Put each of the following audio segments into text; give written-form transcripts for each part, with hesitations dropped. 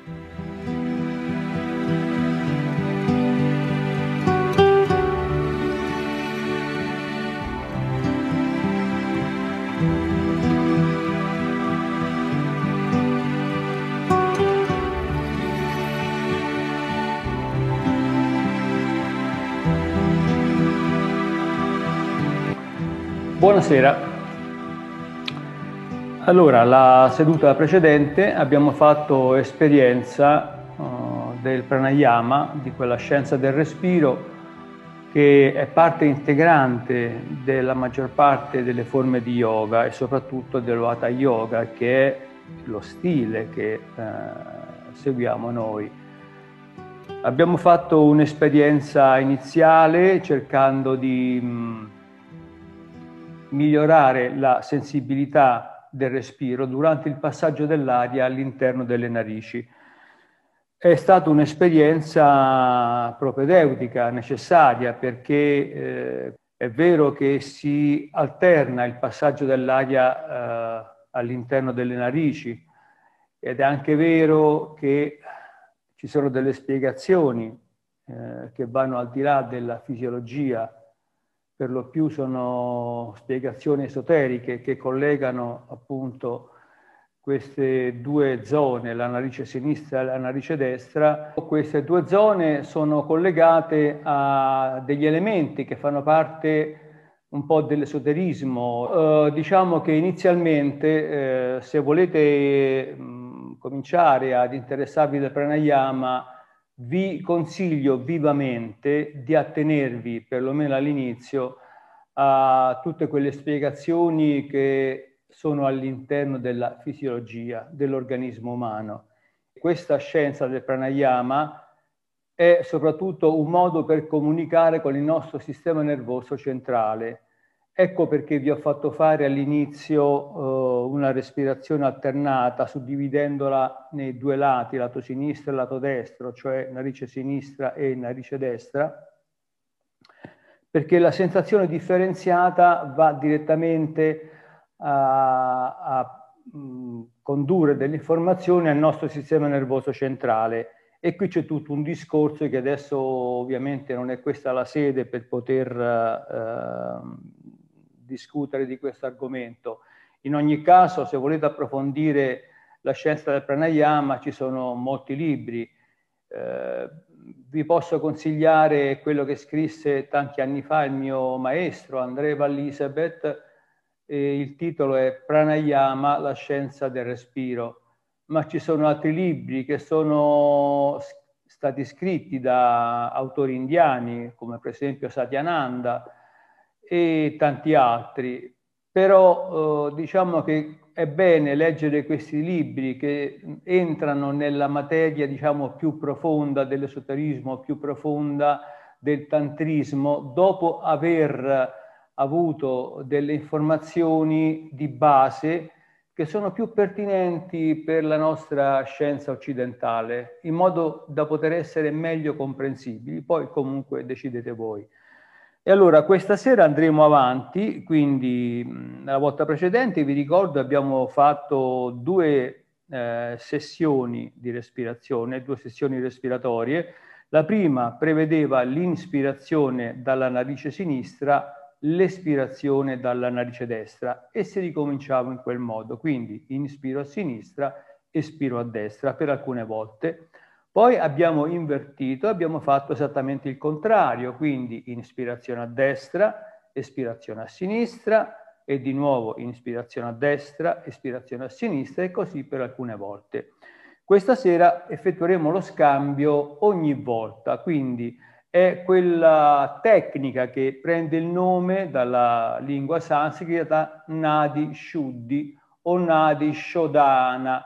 Buonasera. Allora, la seduta precedente abbiamo fatto esperienza del pranayama, di quella scienza del respiro che è parte integrante della maggior parte delle forme di yoga e soprattutto dello Hatha Yoga, che è lo stile che seguiamo noi. Abbiamo fatto un'esperienza iniziale cercando di migliorare la sensibilità del respiro durante il passaggio dell'aria all'interno delle narici. È stata un'esperienza propedeutica, necessaria, perché è vero che si alterna il passaggio dell'aria all'interno delle narici, ed è anche vero che ci sono delle spiegazioni che vanno al di là della fisiologia. Per lo più sono spiegazioni esoteriche che collegano appunto queste due zone, la narice sinistra e la narice destra. Queste due zone sono collegate a degli elementi che fanno parte un po' dell'esoterismo. Diciamo che inizialmente, se volete cominciare ad interessarvi del pranayama, vi consiglio vivamente di attenervi, perlomeno all'inizio, a tutte quelle spiegazioni che sono all'interno della fisiologia dell'organismo umano. Questa scienza del pranayama è soprattutto un modo per comunicare con il nostro sistema nervoso centrale. Ecco perché vi ho fatto fare all'inizio una respirazione alternata, suddividendola nei due lati, lato sinistro e lato destro, cioè narice sinistra e narice destra, perché la sensazione differenziata va direttamente a condurre delle informazioni al nostro sistema nervoso centrale. E qui c'è tutto un discorso che adesso ovviamente non è questa la sede per poter discutere di questo argomento. In ogni caso, se volete approfondire la scienza del pranayama, ci sono molti libri. Vi posso consigliare quello che scrisse tanti anni fa il mio maestro André Van Liesebeth, e il titolo è Pranayama, la scienza del respiro. Ma ci sono altri libri che sono stati scritti da autori indiani, come per esempio Satyananda, e tanti altri. Però diciamo che è bene leggere questi libri che entrano nella materia, diciamo, più profonda dell'esoterismo, più profonda del tantrismo, dopo aver avuto delle informazioni di base che sono più pertinenti per la nostra scienza occidentale, in modo da poter essere meglio comprensibili. Poi comunque decidete voi. E allora questa sera andremo avanti, quindi nella volta precedente vi ricordo abbiamo fatto due sessioni di respirazione, due sessioni respiratorie. La prima prevedeva l'inspirazione dalla narice sinistra, l'espirazione dalla narice destra, e si ricominciava in quel modo, quindi inspiro a sinistra, espiro a destra per alcune volte. Poi abbiamo invertito, abbiamo fatto esattamente il contrario, quindi inspirazione a destra, espirazione a sinistra, e di nuovo inspirazione a destra, espirazione a sinistra, e così per alcune volte. Questa sera effettueremo lo scambio ogni volta, quindi è quella tecnica che prende il nome dalla lingua sanscrita Nadi Shuddhi o Nadi Shodhana.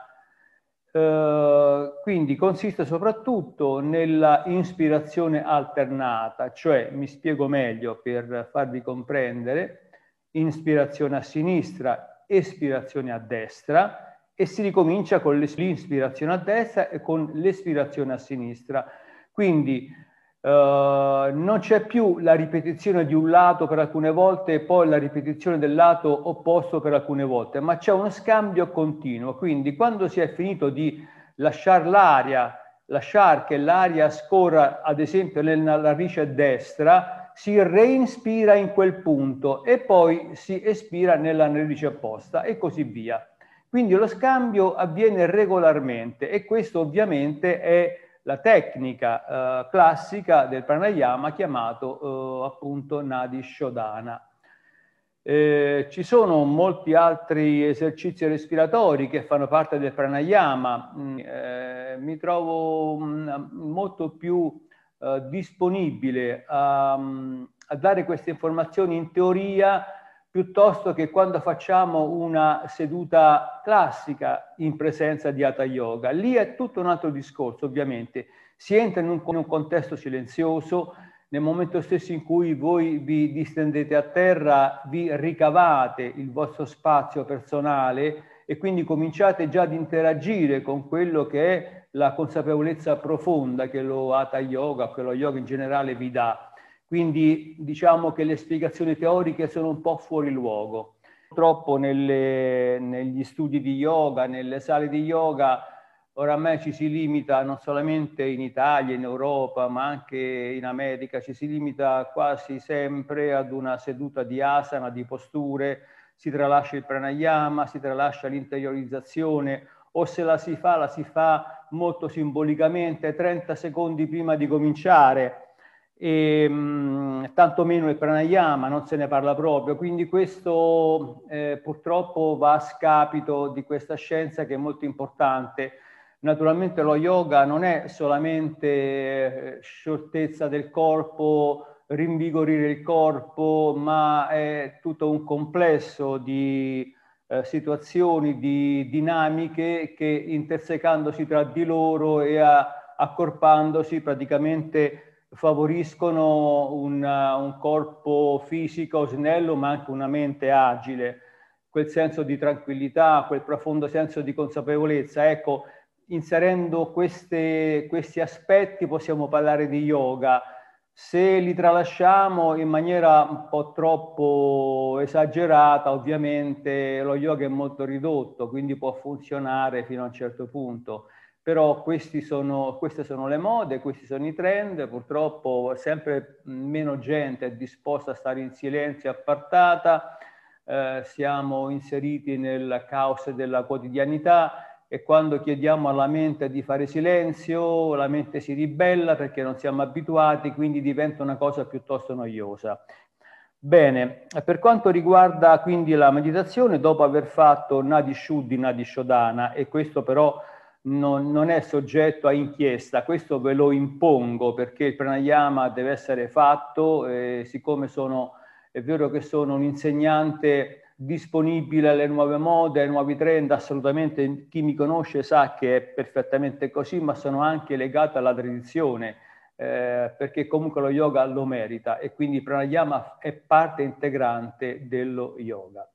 Quindi consiste soprattutto nella ispirazione alternata, cioè, mi spiego meglio per farvi comprendere, ispirazione a sinistra, espirazione a destra, e si ricomincia con l'inspirazione a destra e con l'espirazione a sinistra. Quindi non c'è più la ripetizione di un lato per alcune volte e poi la ripetizione del lato opposto per alcune volte, ma c'è uno scambio continuo. Quindi quando si è finito di lasciar che l'aria scorra ad esempio nella narice destra, si reinspira in quel punto e poi si espira nella narice opposta e così via. Quindi lo scambio avviene regolarmente e questo ovviamente è la tecnica classica del pranayama chiamato appunto Nadi Shodhana. Ci sono molti altri esercizi respiratori che fanno parte del pranayama. Mi trovo molto più disponibile a dare queste informazioni in teoria piuttosto che quando facciamo una seduta classica in presenza di Hatha Yoga. Lì è tutto un altro discorso, ovviamente. Si entra in un contesto silenzioso. Nel momento stesso in cui voi vi distendete a terra, vi ricavate il vostro spazio personale e quindi cominciate già ad interagire con quello che è la consapevolezza profonda che lo Hatha Yoga, che lo yoga in generale vi dà. Quindi diciamo che le spiegazioni teoriche sono un po' fuori luogo. Purtroppo negli studi di yoga, nelle sale di yoga, oramai ci si limita non solamente in Italia, in Europa, ma anche in America, ci si limita quasi sempre ad una seduta di asana, di posture, si tralascia il pranayama, si tralascia l'interiorizzazione, o se la si fa molto simbolicamente, 30 secondi prima di cominciare, e tanto meno il pranayama, non se ne parla proprio, quindi questo purtroppo va a scapito di questa scienza che è molto importante. Naturalmente lo yoga non è solamente scioltezza del corpo, rinvigorire il corpo, ma è tutto un complesso di situazioni, di dinamiche che intersecandosi tra di loro e accorpandosi praticamente favoriscono un corpo fisico snello ma anche una mente agile, quel senso di tranquillità, quel profondo senso di consapevolezza. Ecco, inserendo questi aspetti possiamo parlare di yoga. Se li tralasciamo in maniera un po' troppo esagerata, ovviamente lo yoga è molto ridotto, quindi può funzionare fino a un certo punto. Però queste sono le mode, questi sono i trend, purtroppo sempre meno gente è disposta a stare in silenzio appartata, siamo inseriti nel caos della quotidianità e quando chiediamo alla mente di fare silenzio, la mente si ribella perché non siamo abituati, quindi diventa una cosa piuttosto noiosa. Bene, per quanto riguarda quindi la meditazione, dopo aver fatto Nadi Shuddhi, Nadi Shodhana, e questo però non è soggetto a inchiesta, questo ve lo impongo perché il pranayama deve essere fatto, siccome è vero che sono un insegnante disponibile alle nuove mode, ai nuovi trend, assolutamente chi mi conosce sa che è perfettamente così, ma sono anche legato alla tradizione, perché comunque lo yoga lo merita e quindi il pranayama è parte integrante dello yoga.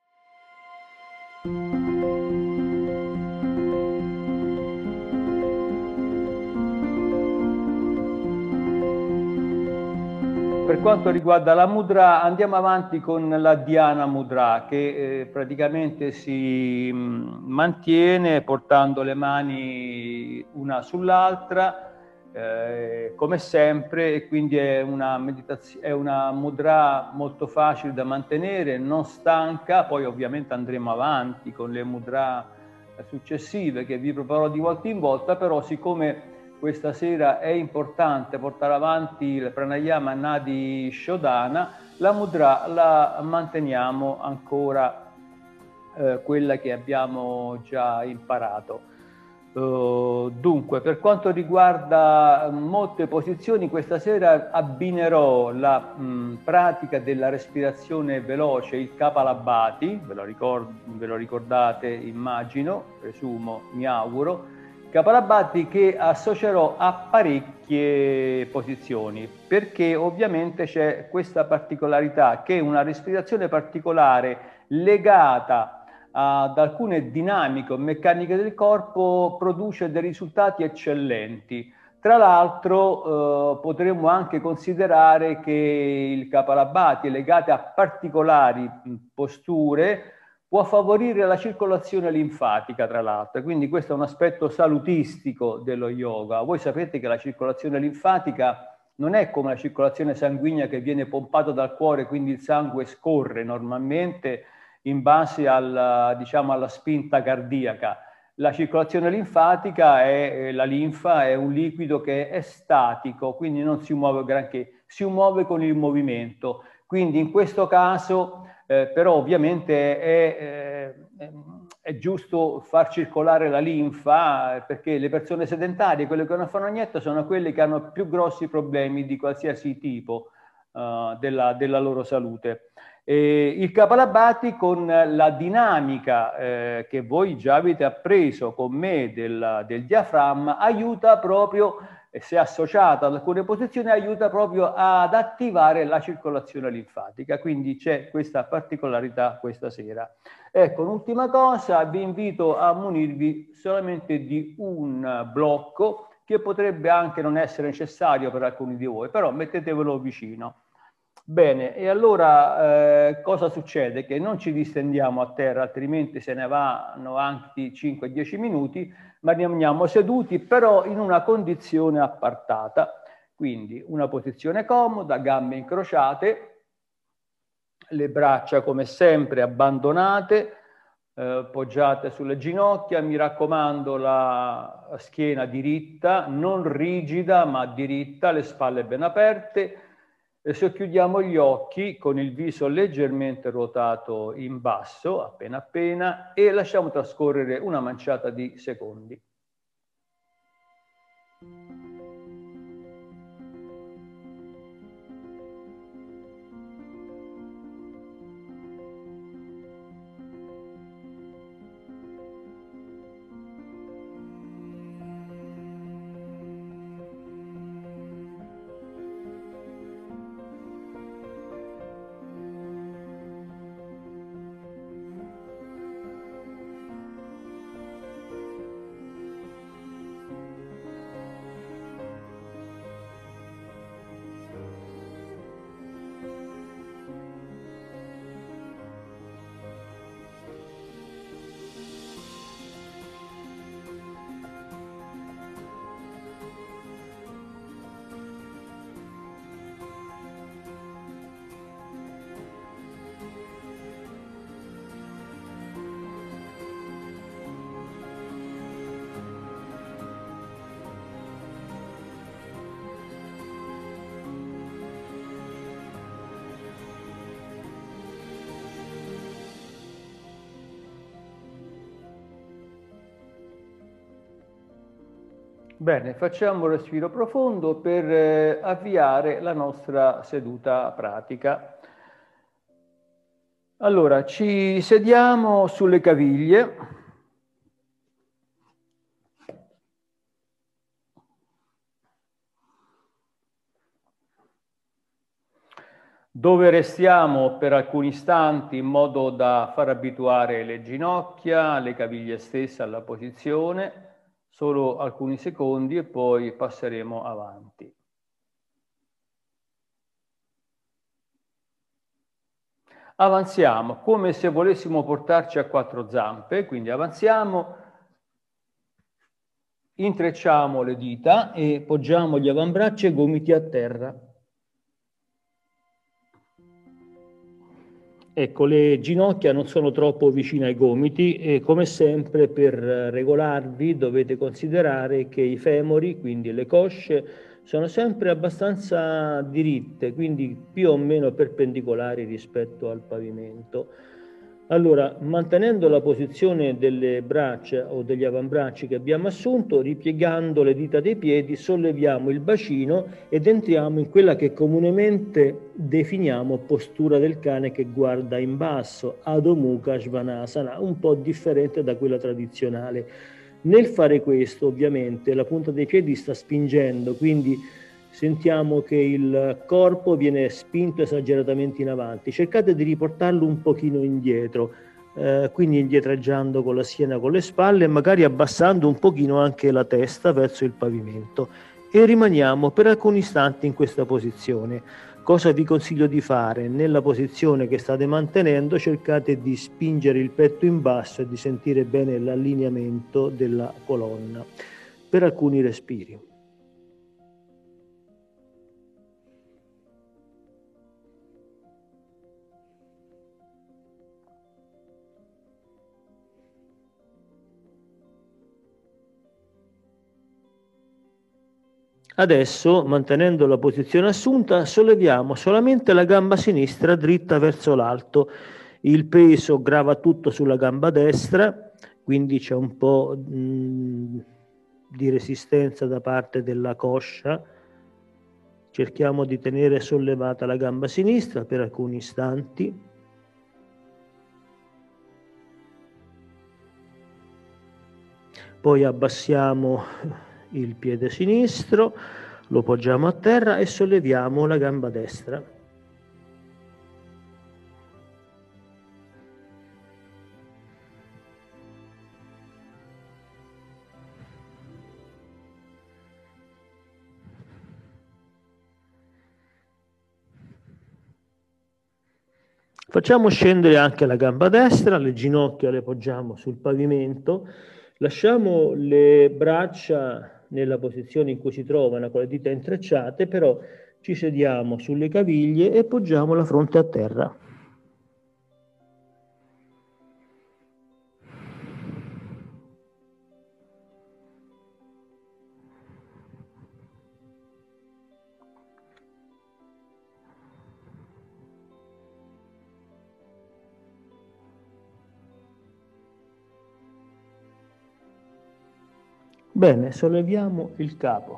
Per quanto riguarda la mudra, andiamo avanti con la Dhyana Mudra, che praticamente si mantiene portando le mani una sull'altra, come sempre, e quindi è una mudra molto facile da mantenere, non stanca. Poi ovviamente andremo avanti con le mudra successive che vi proporrò di volta in volta, però siccome questa sera è importante portare avanti il pranayama Nadi Shodhana, la mudra la manteniamo ancora quella che abbiamo già imparato. Dunque, per quanto riguarda molte posizioni, questa sera abbinerò la pratica della respirazione veloce, il Kapalabhati, ve lo ricordate, immagino, presumo, mi auguro, Kapalabhati che associerò a parecchie posizioni, perché ovviamente c'è questa particolarità che una respirazione particolare legata ad alcune dinamiche o meccaniche del corpo produce dei risultati eccellenti. Tra l'altro potremmo anche considerare che il Kapalabhati legato a particolari posture può favorire la circolazione linfatica, tra l'altro, quindi questo è un aspetto salutistico dello yoga. Voi sapete che la circolazione linfatica non è come la circolazione sanguigna che viene pompata dal cuore, quindi il sangue scorre normalmente in base diciamo, alla spinta cardiaca. La circolazione linfatica la linfa è un liquido che è statico, quindi non si muove granché, si muove con il movimento. Quindi in questo caso però ovviamente è giusto far circolare la linfa, perché le persone sedentarie, quelle che non fanno niente, sono quelle che hanno più grossi problemi di qualsiasi tipo della loro salute. Il Kapalabhati, con la dinamica che voi già avete appreso con me del diaframma, aiuta proprio, se associata ad alcune posizioni, aiuta proprio ad attivare la circolazione linfatica. Quindi c'è questa particolarità questa sera. Ecco, un'ultima cosa, vi invito a munirvi solamente di un blocco che potrebbe anche non essere necessario per alcuni di voi, però mettetevelo vicino. Bene, e allora cosa succede? Che non ci distendiamo a terra, altrimenti se ne vanno anche 5-10 minuti, ma rimaniamo seduti, però in una condizione appartata. Quindi una posizione comoda, gambe incrociate, le braccia come sempre abbandonate, poggiate sulle ginocchia, mi raccomando la schiena diritta, non rigida ma diritta, le spalle ben aperte. E socchiudiamo gli occhi con il viso leggermente ruotato in basso, appena appena, e lasciamo trascorrere una manciata di secondi. Bene, facciamo un respiro profondo per avviare la nostra seduta pratica. Allora, ci sediamo sulle caviglie. Dove restiamo per alcuni istanti in modo da far abituare le ginocchia, le caviglie stesse alla posizione. Solo alcuni secondi e poi passeremo avanti. Avanziamo come se volessimo portarci a quattro zampe, quindi avanziamo, intrecciamo le dita e poggiamo gli avambracci e gomiti a terra. Ecco, le ginocchia non sono troppo vicine ai gomiti e come sempre per regolarvi dovete considerare che i femori, quindi le cosce, sono sempre abbastanza diritte, quindi più o meno perpendicolari rispetto al pavimento. Allora, mantenendo la posizione delle braccia o degli avambracci che abbiamo assunto, ripiegando le dita dei piedi, solleviamo il bacino ed entriamo in quella che comunemente definiamo postura del cane che guarda in basso, Adho Mukha Svanasana, un po' differente da quella tradizionale. Nel fare questo, ovviamente, la punta dei piedi sta spingendo, quindi sentiamo che il corpo viene spinto esageratamente in avanti. Cercate di riportarlo un pochino indietro, quindi indietreggiando con la schiena, con le spalle, e magari abbassando un pochino anche la testa verso il pavimento. e rimaniamo per alcuni istanti in questa posizione. Cosa vi consiglio di fare? Nella posizione che state mantenendo cercate di spingere il petto in basso e di sentire bene l'allineamento della colonna per alcuni respiri. Adesso, mantenendo la posizione assunta, solleviamo solamente la gamba sinistra dritta verso l'alto. Il peso grava tutto sulla gamba destra, quindi c'è un po' di resistenza da parte della coscia. Cerchiamo di tenere sollevata la gamba sinistra per alcuni istanti. Poi abbassiamo il piede sinistro, lo poggiamo a terra e solleviamo la gamba destra. Facciamo scendere anche la gamba destra, le ginocchia le poggiamo sul pavimento, lasciamo le braccia nella posizione in cui si trovano con le dita intrecciate, però ci sediamo sulle caviglie e poggiamo la fronte a terra. Bene, solleviamo il capo.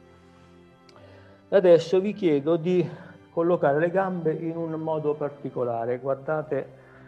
Adesso vi chiedo di collocare le gambe in un modo particolare. Guardate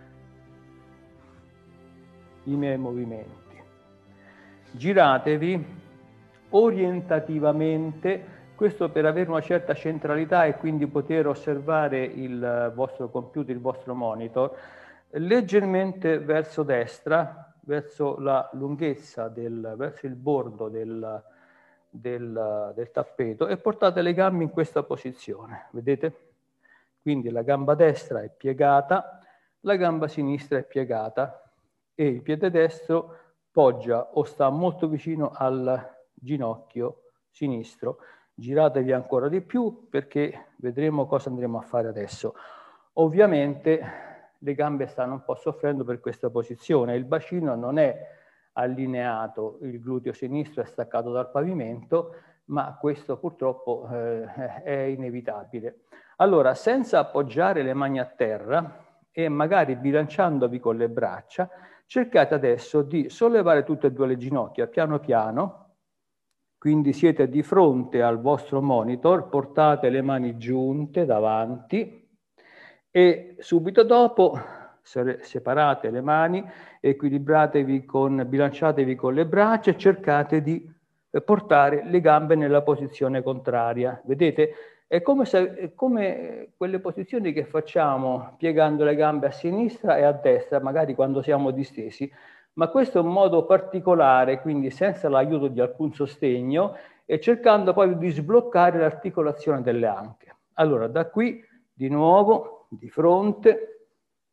i miei movimenti. Giratevi orientativamente, questo per avere una certa centralità e quindi poter osservare il vostro computer, il vostro monitor, leggermente verso destra, verso la lunghezza verso il bordo del tappeto e portate le gambe in questa posizione, vedete? Quindi la gamba destra è piegata, la gamba sinistra è piegata e il piede destro poggia o sta molto vicino al ginocchio sinistro. Giratevi ancora di più perché vedremo cosa andremo a fare adesso. Ovviamente le gambe stanno un po' soffrendo per questa posizione, il bacino non è allineato, il gluteo sinistro è staccato dal pavimento, ma questo purtroppo è inevitabile. Allora, senza appoggiare le mani a terra e magari bilanciandovi con le braccia, cercate adesso di sollevare tutte e due le ginocchia piano piano, quindi siete di fronte al vostro monitor, portate le mani giunte davanti e subito dopo separate le mani, bilanciatevi con le braccia e cercate di portare le gambe nella posizione contraria. Vedete? È come quelle posizioni che facciamo piegando le gambe a sinistra e a destra, magari quando siamo distesi, ma questo è un modo particolare, quindi senza l'aiuto di alcun sostegno e cercando poi di sbloccare l'articolazione delle anche. Allora, da qui di nuovo di fronte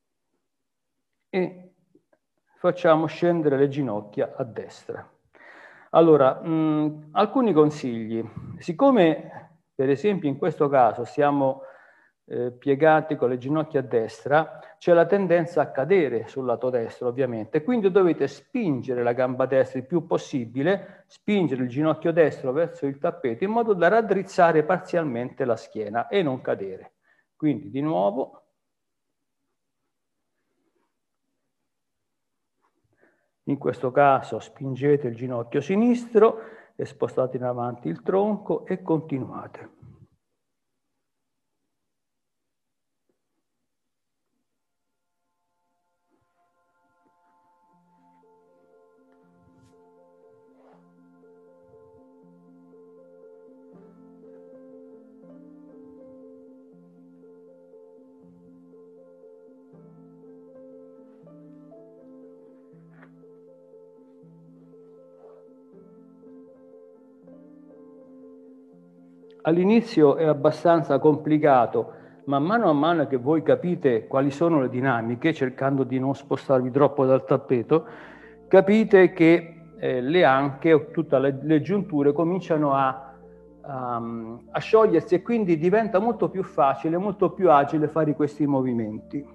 e facciamo scendere le ginocchia a destra. Allora, alcuni consigli. Siccome per esempio in questo caso siamo piegati con le ginocchia a destra, c'è la tendenza a cadere sul lato destro ovviamente, quindi dovete spingere la gamba destra il più possibile, spingere il ginocchio destro verso il tappeto in modo da raddrizzare parzialmente la schiena e non cadere. Quindi di nuovo in questo caso spingete il ginocchio sinistro e spostate in avanti il tronco e continuate. all'inizio è abbastanza complicato, ma a mano che voi capite quali sono le dinamiche, cercando di non spostarvi troppo dal tappeto, capite che le anche o tutte le giunture cominciano a sciogliersi e quindi diventa molto più facile, molto più agile fare questi movimenti.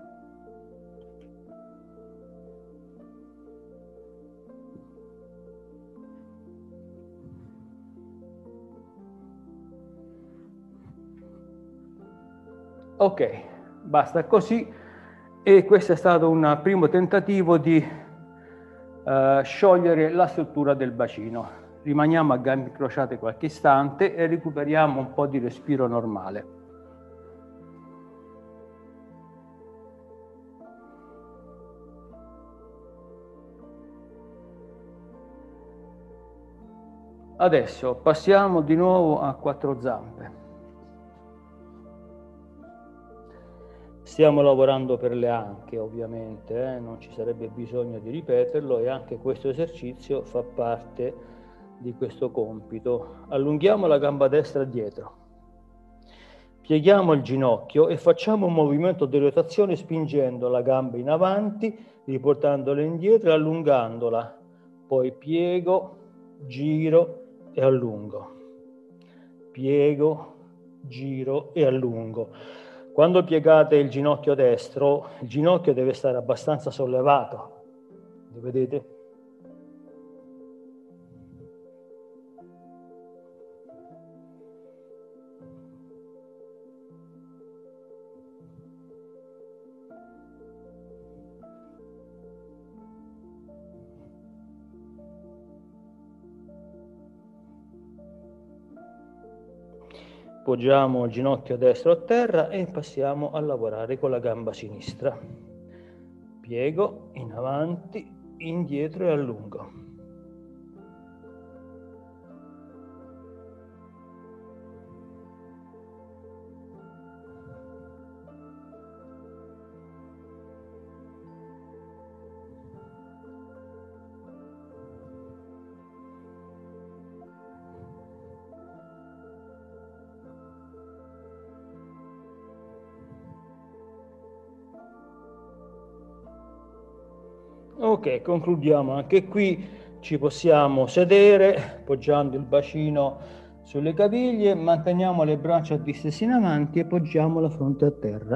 Ok, basta così. E questo è stato un primo tentativo di sciogliere la struttura del bacino. Rimaniamo a gambe incrociate qualche istante e recuperiamo un po' di respiro normale. Adesso passiamo di nuovo a quattro zampe. Stiamo lavorando per le anche, ovviamente, non ci sarebbe bisogno di ripeterlo, e anche questo esercizio fa parte di questo compito. Allunghiamo la gamba destra dietro, pieghiamo il ginocchio e facciamo un movimento di rotazione spingendo la gamba in avanti, riportandola indietro e allungandola. Poi piego, giro e allungo. Piego, giro e allungo. Quando piegate il ginocchio destro, il ginocchio deve stare abbastanza sollevato. Lo vedete? Poggiamo il ginocchio destro a terra e passiamo a lavorare con la gamba sinistra. Piego, in avanti, indietro e allungo. Ok, concludiamo anche qui. Ci possiamo sedere poggiando il bacino sulle caviglie, manteniamo le braccia distese in avanti e poggiamo la fronte a terra.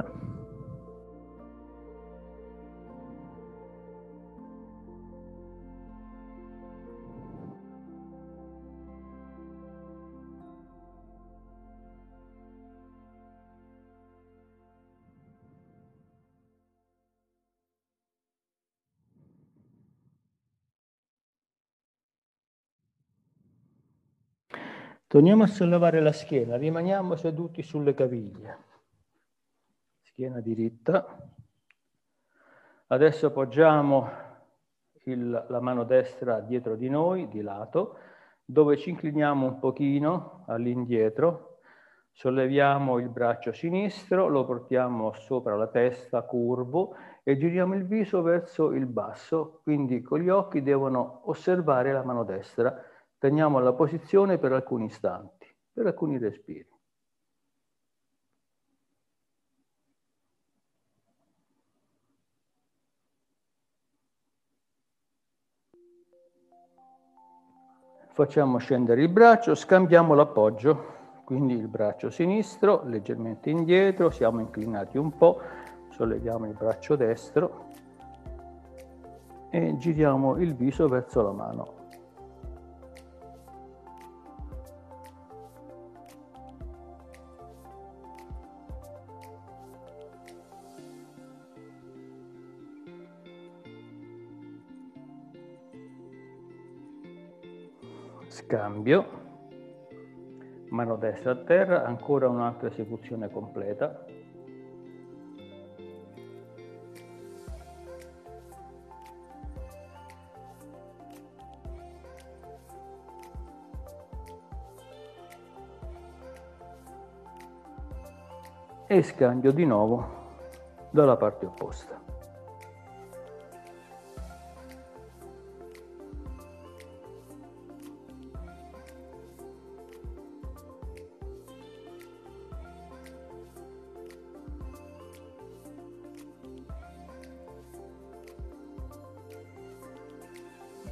Torniamo a sollevare la schiena, rimaniamo seduti sulle caviglie. Schiena diritta. Adesso poggiamo la mano destra dietro di noi, di lato, dove ci incliniamo un pochino all'indietro, solleviamo il braccio sinistro, lo portiamo sopra la testa, curvo, e giriamo il viso verso il basso, quindi con gli occhi devono osservare la mano destra. Teniamo la posizione per alcuni istanti, per alcuni respiri. Facciamo scendere il braccio, scambiamo l'appoggio, quindi il braccio sinistro leggermente indietro, siamo inclinati un po', solleviamo il braccio destro e giriamo il viso verso la mano. Scambio, mano destra a terra, ancora un'altra esecuzione completa. E scambio di nuovo dalla parte opposta.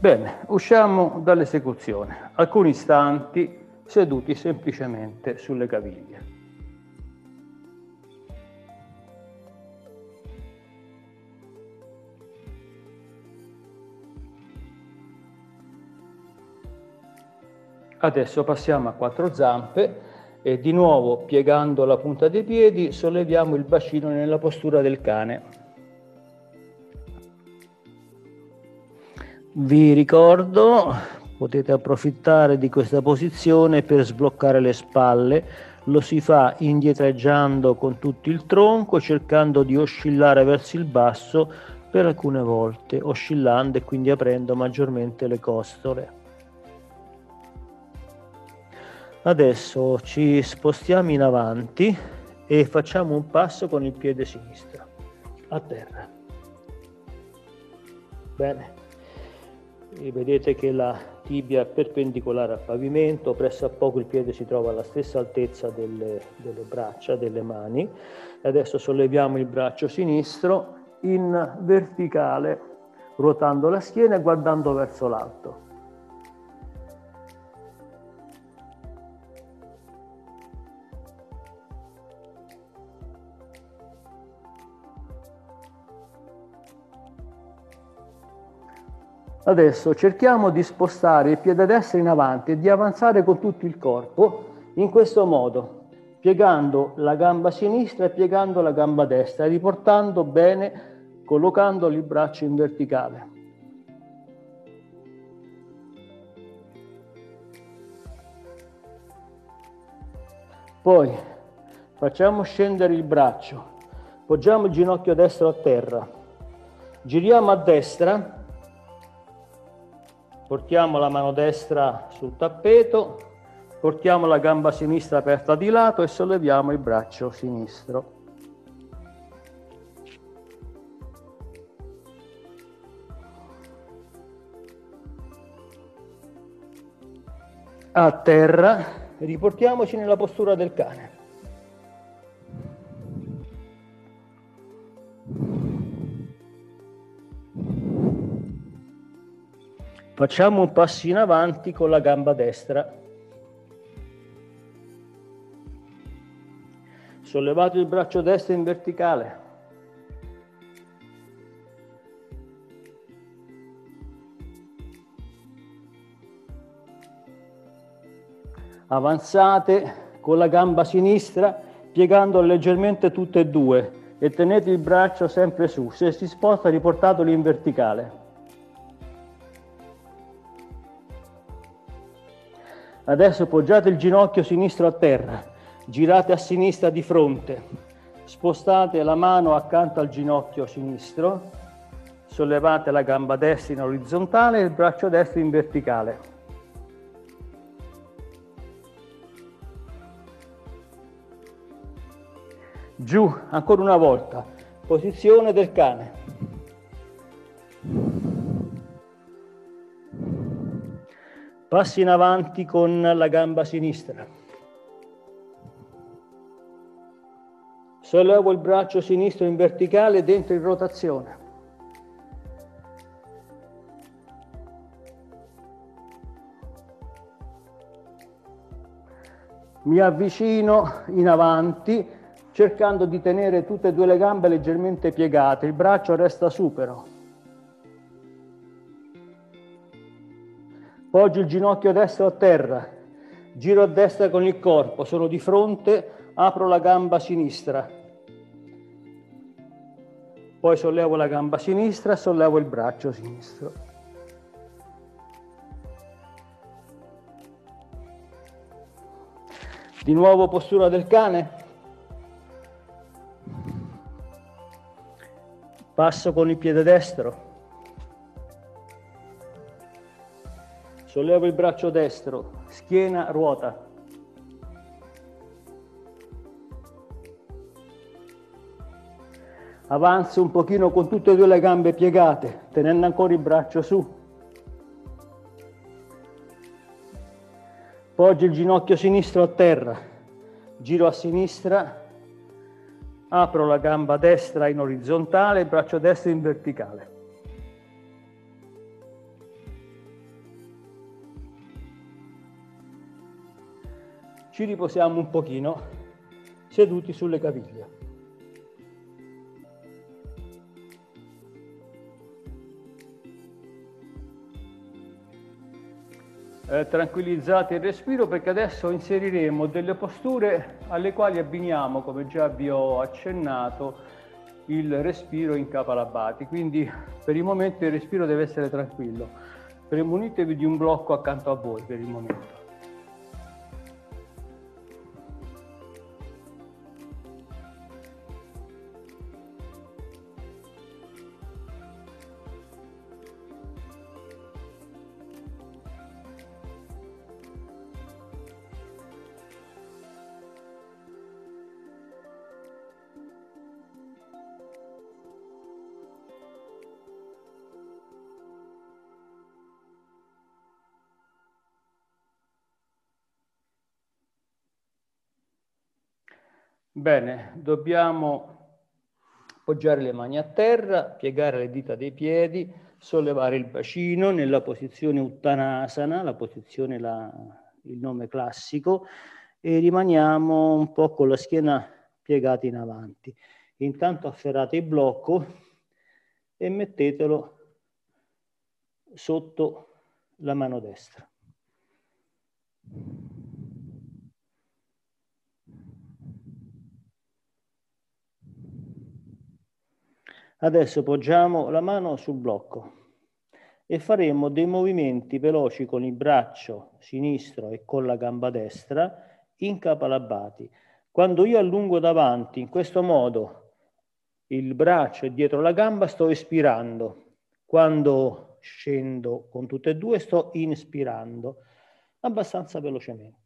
Bene, usciamo dall'esecuzione. Alcuni istanti seduti semplicemente sulle caviglie. Adesso passiamo a quattro zampe e di nuovo, piegando la punta dei piedi, solleviamo il bacino nella postura del cane. Vi ricordo, potete approfittare di questa posizione per sbloccare le spalle. Lo si fa indietreggiando con tutto il tronco, cercando di oscillare verso il basso per alcune volte, oscillando e quindi aprendo maggiormente le costole. Adesso ci spostiamo in avanti e facciamo un passo con il piede sinistro a terra. Bene, e vedete che la tibia è perpendicolare al pavimento, presso a poco il piede si trova alla stessa altezza delle braccia, delle mani. E adesso solleviamo il braccio sinistro in verticale, ruotando la schiena e guardando verso l'alto. Adesso cerchiamo di spostare il piede destro in avanti e di avanzare con tutto il corpo in questo modo, piegando la gamba sinistra e piegando la gamba destra, riportando bene, collocando il braccio in verticale. Poi facciamo scendere il braccio, poggiamo il ginocchio destro a terra, giriamo a destra. Portiamo la mano destra sul tappeto, portiamo la gamba sinistra aperta di lato e solleviamo il braccio sinistro. A terra, riportiamoci nella postura del cane. Facciamo un passo in avanti con la gamba destra. Sollevate il braccio destro in verticale. Avanzate con la gamba sinistra, piegando leggermente tutte e due e tenete il braccio sempre su. Se si sposta, riportatelo in verticale. Adesso poggiate il ginocchio sinistro a terra, girate a sinistra di fronte, spostate la mano accanto al ginocchio sinistro, sollevate la gamba destra in orizzontale e il braccio destro in verticale. Giù, ancora una volta, posizione del cane. Passi in avanti con la gamba sinistra. Sollevo il braccio sinistro in verticale dentro in rotazione. Mi avvicino in avanti cercando di tenere tutte e due le gambe leggermente piegate, il braccio resta su però. Poggio il ginocchio destro a terra, giro a destra con il corpo, sono di fronte, apro la gamba sinistra. Poi sollevo la gamba sinistra, sollevo il braccio sinistro. Di nuovo postura del cane. Passo con il piede destro. Sollevo il braccio destro, schiena ruota. Avanzo un pochino con tutte e due le gambe piegate, tenendo ancora il braccio su. Poggio il ginocchio sinistro a terra, giro a sinistra, apro la gamba destra in orizzontale, il braccio destro in verticale. ci riposiamo un pochino seduti sulle caviglie. Tranquillizzate il respiro, perché adesso inseriremo delle posture alle quali abbiniamo, come già vi ho accennato, il respiro in Kapalabhati. Quindi per il momento il respiro deve essere tranquillo. Premunitevi di un blocco accanto a voi per il momento. Bene, dobbiamo poggiare le mani a terra, piegare le dita dei piedi, sollevare il bacino nella posizione Uttanasana, la posizione, il nome classico, e rimaniamo un po' con la schiena piegata in avanti. Intanto afferrate il blocco e mettetelo sotto la mano destra. Adesso poggiamo la mano sul blocco e faremo dei movimenti veloci con il braccio sinistro e con la gamba destra in Kapalabhati. Quando io allungo davanti in questo modo il braccio è dietro la gamba, sto espirando. Quando scendo con tutte e due sto inspirando abbastanza velocemente.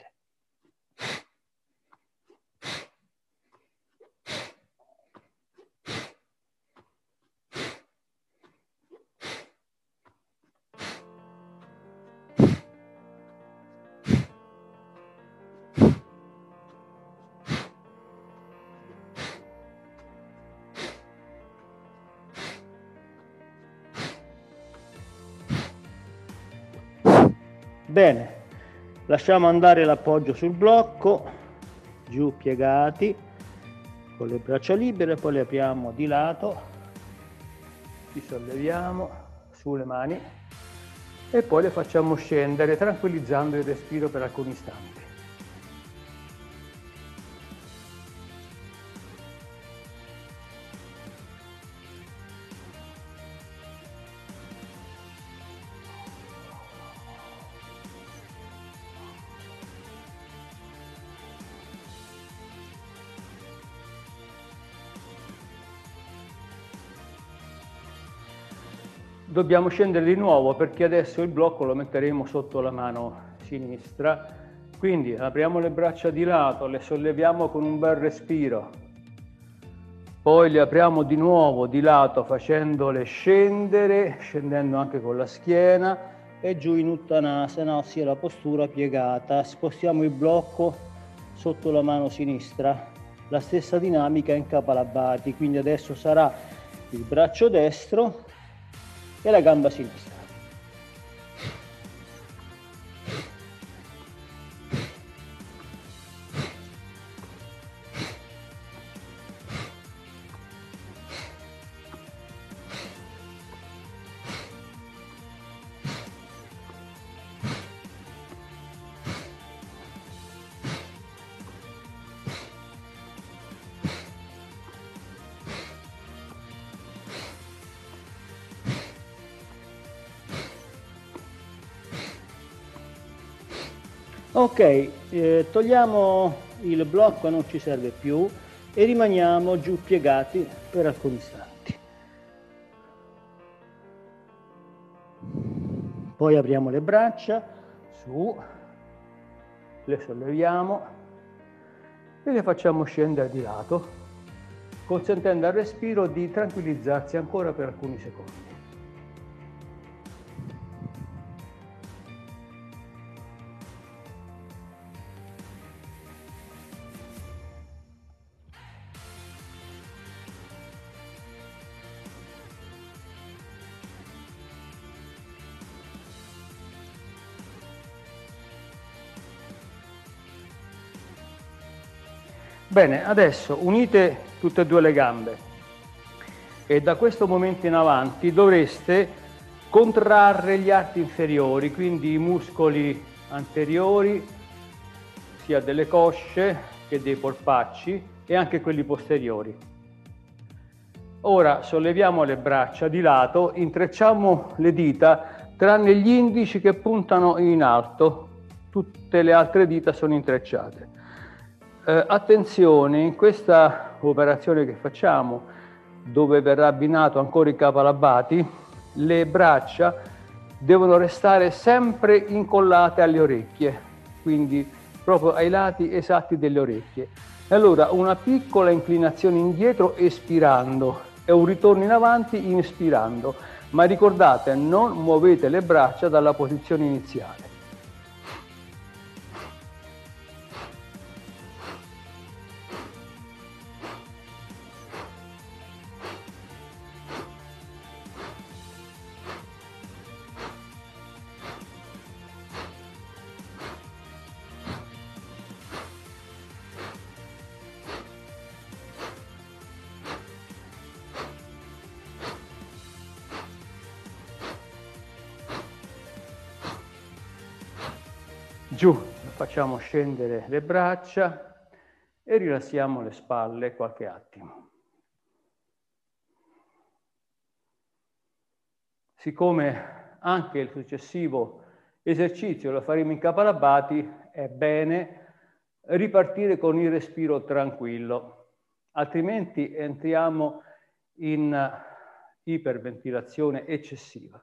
Bene, lasciamo andare l'appoggio sul blocco, giù piegati, con le braccia libere, poi le apriamo di lato, ci solleviamo sulle mani e poi le facciamo scendere tranquillizzando il respiro per alcuni istanti. Dobbiamo scendere di nuovo perché adesso il blocco lo metteremo sotto la mano sinistra, quindi apriamo le braccia di lato, le solleviamo con un bel respiro, poi le apriamo di nuovo di lato facendole scendere, scendendo anche con la schiena e giù in Uttanasana, ossia la postura piegata. Spostiamo il blocco sotto la mano sinistra, la stessa dinamica in Kapalabhati, quindi adesso sarà il braccio destro e la gamba sinistra. Ok, togliamo il blocco, non ci serve più, e rimaniamo giù piegati per alcuni istanti. Poi apriamo le braccia, su, le solleviamo e le facciamo scendere di lato, consentendo al respiro di tranquillizzarsi ancora per alcuni secondi. Bene, adesso unite tutte e due le gambe e da questo momento in avanti dovreste contrarre gli arti inferiori, quindi i muscoli anteriori, sia delle cosce che dei polpacci e anche quelli posteriori. Ora solleviamo le braccia di lato, intrecciamo le dita, tranne gli indici che puntano in alto, tutte le altre dita sono intrecciate. Attenzione, in questa operazione che facciamo, dove verrà abbinato ancora il capo all'abati, le braccia devono restare sempre incollate alle orecchie, quindi proprio ai lati esatti delle orecchie. E allora una piccola inclinazione indietro espirando e un ritorno in avanti inspirando, ma ricordate, non muovete le braccia dalla posizione iniziale. Giù, facciamo scendere le braccia e rilassiamo le spalle qualche attimo. Siccome anche il successivo esercizio lo faremo in capo all'abati, è bene ripartire con il respiro tranquillo, altrimenti entriamo in iperventilazione eccessiva.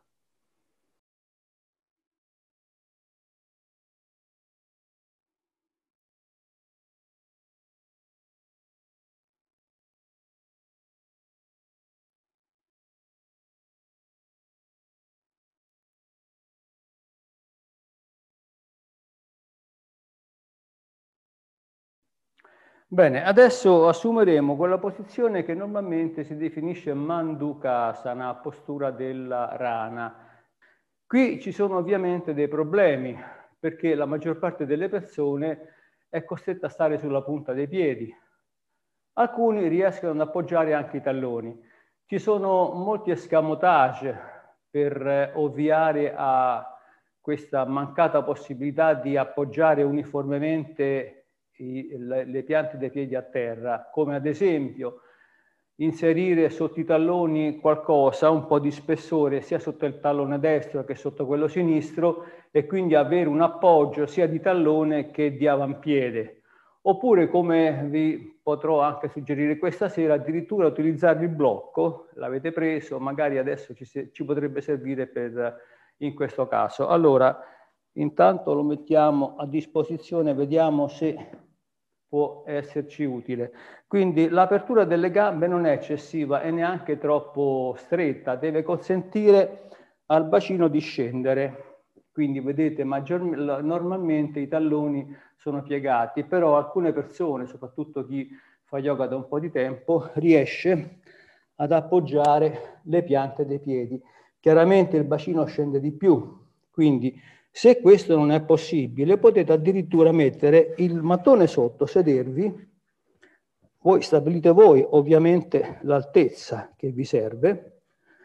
Bene, adesso assumeremo quella posizione che normalmente si definisce Mandukasana, postura della rana. Qui ci sono ovviamente dei problemi, perché la maggior parte delle persone è costretta a stare sulla punta dei piedi. Alcuni riescono ad appoggiare anche i talloni. Ci sono molti escamotage per ovviare a questa mancata possibilità di appoggiare uniformemente le piante dei piedi a terra, come ad esempio inserire sotto i talloni qualcosa, un po' di spessore sia sotto il tallone destro che sotto quello sinistro e quindi avere un appoggio sia di tallone che di avampiede. Oppure, come vi potrò anche suggerire questa sera, addirittura utilizzare il blocco, l'avete preso, magari adesso ci potrebbe servire in questo caso. Allora, intanto lo mettiamo a disposizione, vediamo se può esserci utile. Quindi l'apertura delle gambe non è eccessiva e neanche troppo stretta, deve consentire al bacino di scendere. Quindi vedete, normalmente i talloni sono piegati, però alcune persone, soprattutto chi fa yoga da un po' di tempo, riesce ad appoggiare le piante dei piedi. Chiaramente il bacino scende di più, quindi se questo non è possibile, potete addirittura mettere il mattone sotto, sedervi, voi stabilite voi ovviamente l'altezza che vi serve,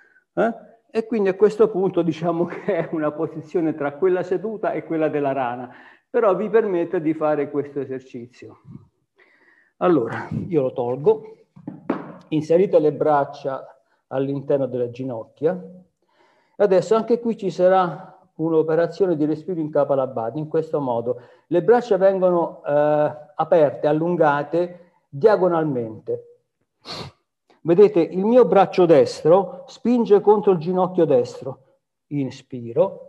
e quindi a questo punto diciamo che è una posizione tra quella seduta e quella della rana, però vi permette di fare questo esercizio. Allora, io lo tolgo, inserite le braccia all'interno delle ginocchia, adesso anche qui ci sarà un'operazione di respiro in capo all'abati, in questo modo. Le braccia vengono aperte, allungate diagonalmente. Vedete, il mio braccio destro spinge contro il ginocchio destro. Inspiro.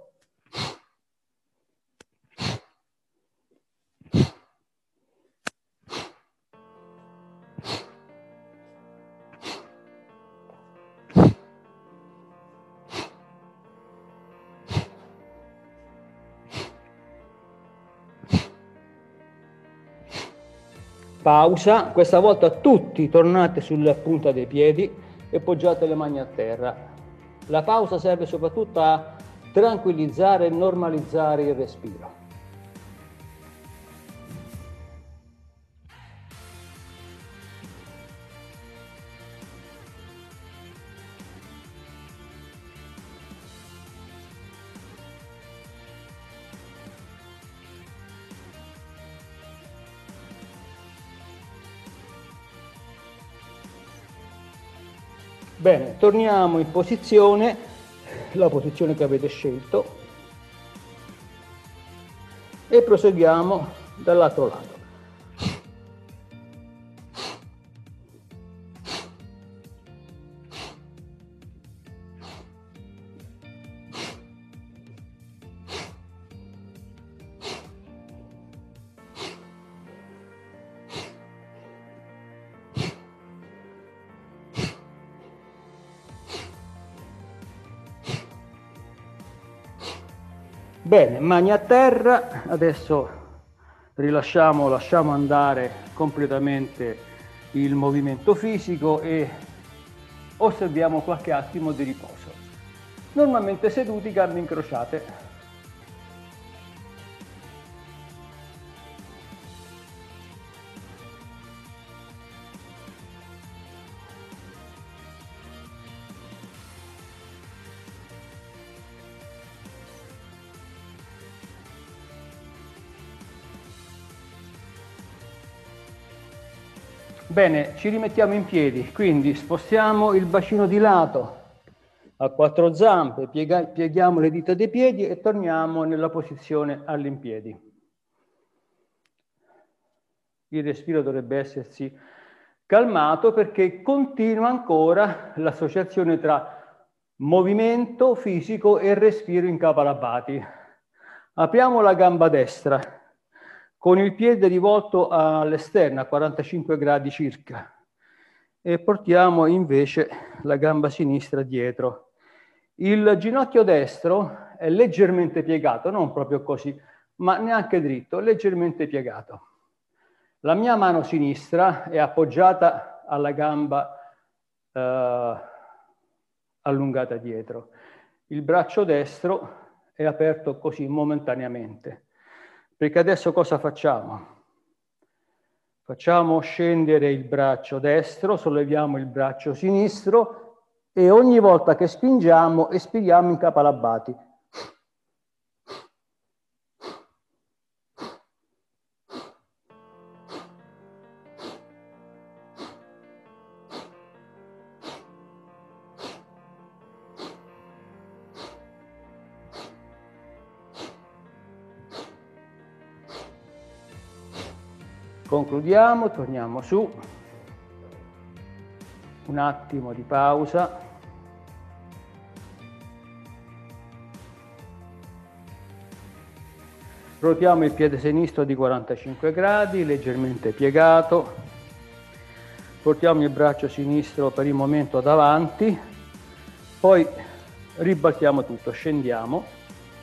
Pausa, questa volta tutti tornate sulla punta dei piedi e poggiate le mani a terra. La pausa serve soprattutto a tranquillizzare e normalizzare il respiro. Bene, torniamo in posizione, la posizione che avete scelto, e proseguiamo dall'altro lato. Bene, mani a terra, adesso lasciamo andare completamente il movimento fisico e osserviamo qualche attimo di riposo. Normalmente seduti, gambe incrociate. Bene, ci rimettiamo in piedi, quindi spostiamo il bacino di lato a quattro zampe, pieghiamo le dita dei piedi e torniamo nella posizione all'impiedi. Il respiro dovrebbe essersi calmato perché continua ancora l'associazione tra movimento fisico e respiro in Kapalabhati. Apriamo la gamba destra con il piede rivolto all'esterno a 45 gradi circa e portiamo invece la gamba sinistra dietro. Il ginocchio destro è leggermente piegato, non proprio così, ma neanche dritto, leggermente piegato. La mia mano sinistra è appoggiata alla gamba allungata dietro. Il braccio destro è aperto così momentaneamente. Perché adesso cosa facciamo? Facciamo scendere il braccio destro, solleviamo il braccio sinistro e ogni volta che spingiamo espiriamo in Kapalabhati. Concludiamo, torniamo su, un attimo di pausa. Ruotiamo il piede sinistro di 45 gradi, leggermente piegato. Portiamo il braccio sinistro per il momento davanti, poi ribaltiamo tutto, scendiamo.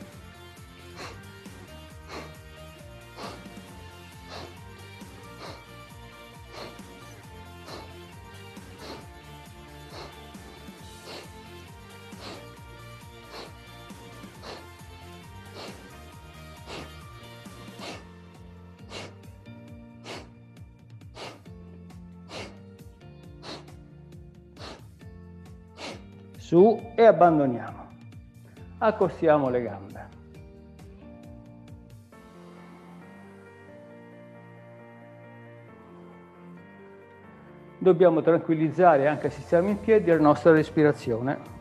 Su e abbandoniamo. Accostiamo le gambe. Dobbiamo tranquillizzare, anche se siamo in piedi, la nostra respirazione.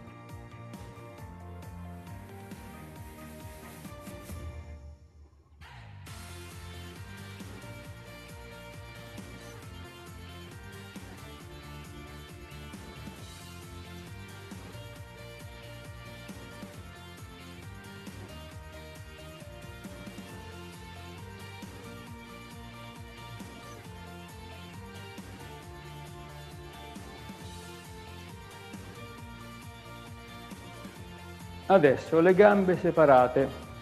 Adesso le gambe separate,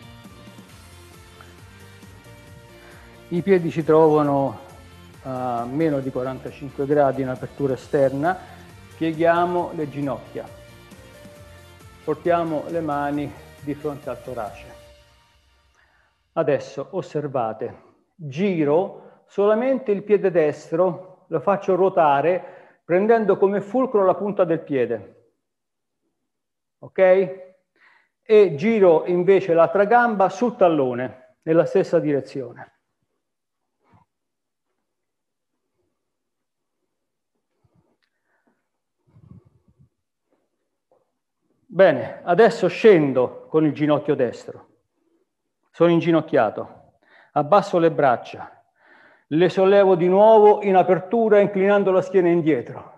i piedi si trovano a meno di 45 gradi in apertura esterna, pieghiamo le ginocchia, portiamo le mani di fronte al torace. Adesso osservate, giro solamente il piede destro, lo faccio ruotare prendendo come fulcro la punta del piede, ok? E giro invece l'altra gamba sul tallone, nella stessa direzione. Bene, adesso scendo con il ginocchio destro. Sono inginocchiato. Abbasso le braccia. Le sollevo di nuovo in apertura, inclinando la schiena indietro.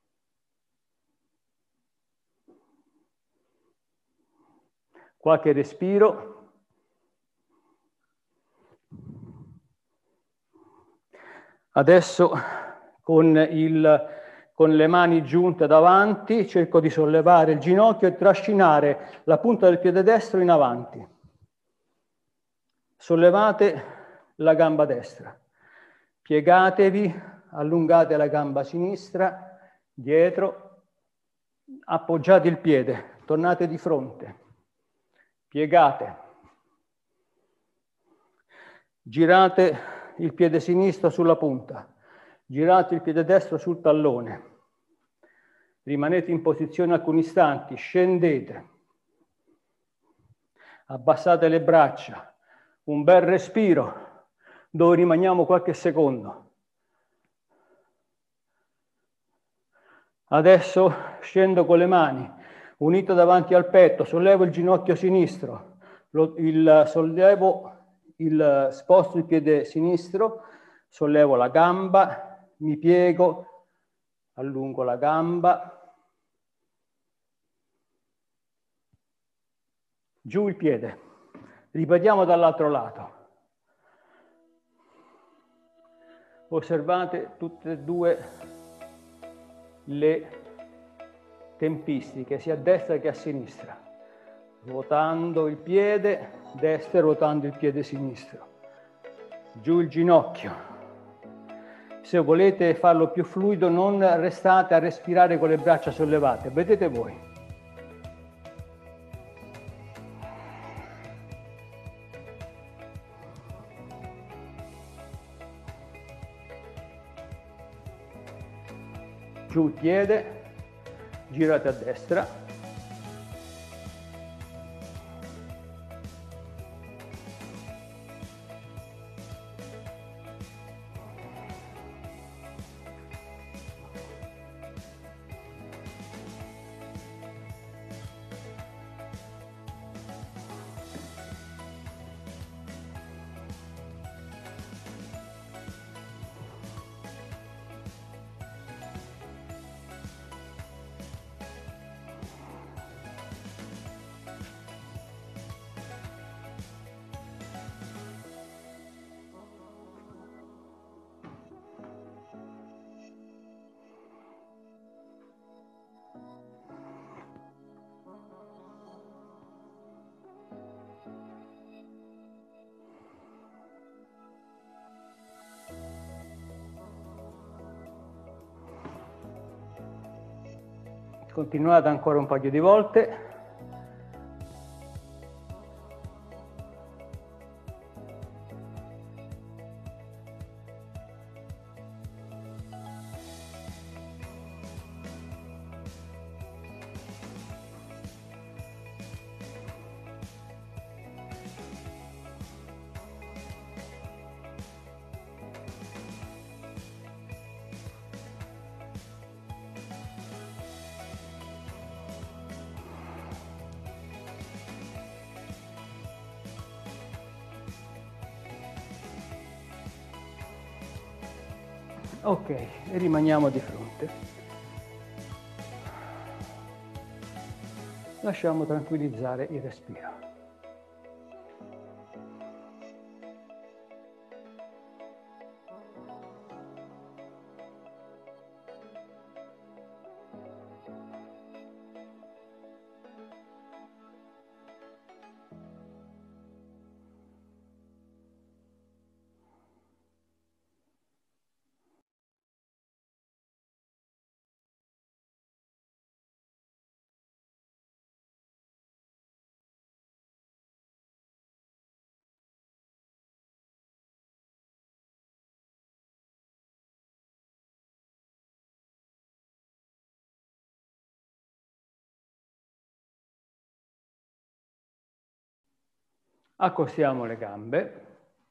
Qualche respiro. Adesso con le mani giunte davanti cerco di sollevare il ginocchio e trascinare la punta del piede destro in avanti. Sollevate la gamba destra. Piegatevi, allungate la gamba sinistra, dietro, appoggiate il piede, tornate di fronte. Piegate, girate il piede sinistro sulla punta, girate il piede destro sul tallone, rimanete in posizione alcuni istanti, scendete, abbassate le braccia, un bel respiro, dove rimaniamo qualche secondo. Adesso scendo con le mani, unito davanti al petto, sollevo il ginocchio sinistro, sposto il piede sinistro, sollevo la gamba, mi piego, allungo la gamba, giù il piede. Ripetiamo dall'altro lato. Osservate tutte e due le tempistiche, sia a destra che a sinistra, ruotando il piede destro e ruotando il piede sinistro, giù il ginocchio. Se volete farlo più fluido, non restate a respirare con le braccia sollevate, vedete voi. Giù il piede, girate a destra. Continuate ancora un paio di volte. Ok, e rimaniamo di fronte. Lasciamo tranquillizzare il respiro. Accostiamo le gambe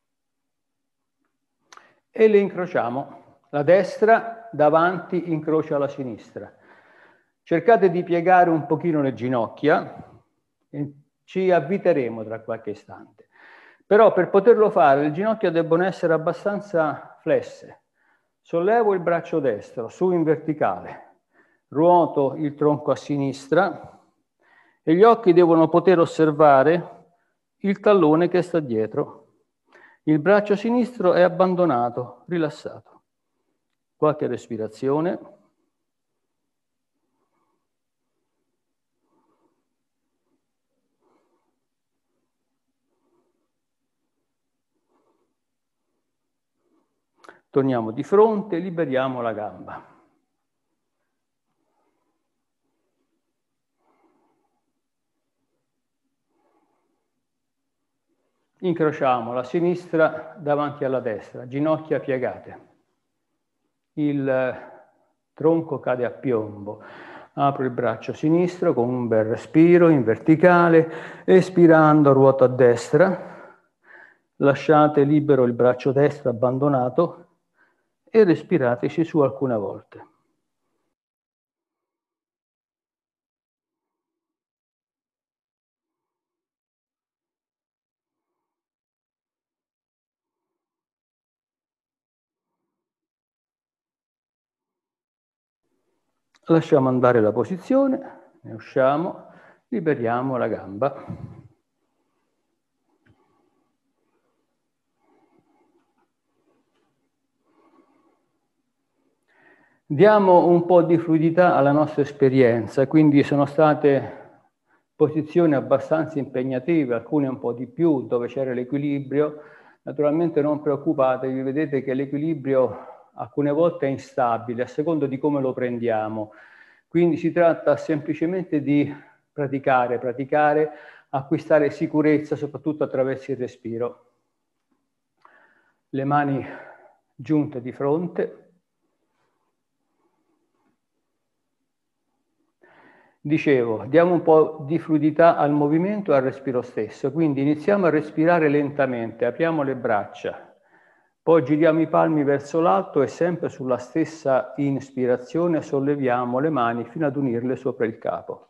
e le incrociamo. La destra davanti incrocia la sinistra. Cercate di piegare un pochino le ginocchia e ci avviteremo tra qualche istante. Però per poterlo fare le ginocchia debbono essere abbastanza flesse. Sollevo il braccio destro su in verticale, ruoto il tronco a sinistra e gli occhi devono poter osservare il tallone che sta dietro. Il braccio sinistro è abbandonato, rilassato. Qualche respirazione. Torniamo di fronte, liberiamo la gamba. Incrociamo la sinistra davanti alla destra, ginocchia piegate. Il tronco cade a piombo. Apro il braccio sinistro con un bel respiro in verticale, espirando ruoto a destra. Lasciate libero il braccio destro abbandonato e respirateci su alcune volte. Lasciamo andare la posizione, ne usciamo, liberiamo la gamba. Diamo un po' di fluidità alla nostra esperienza, quindi sono state posizioni abbastanza impegnative, alcune un po' di più, dove c'era l'equilibrio. Naturalmente non preoccupatevi, vedete che l'equilibrio alcune volte è instabile, a seconda di come lo prendiamo. Quindi si tratta semplicemente di praticare, acquistare sicurezza, soprattutto attraverso il respiro. Le mani giunte di fronte. Dicevo, diamo un po' di fluidità al movimento e al respiro stesso, quindi iniziamo a respirare lentamente, apriamo le braccia, poi giriamo i palmi verso l'alto e sempre sulla stessa inspirazione solleviamo le mani fino ad unirle sopra il capo.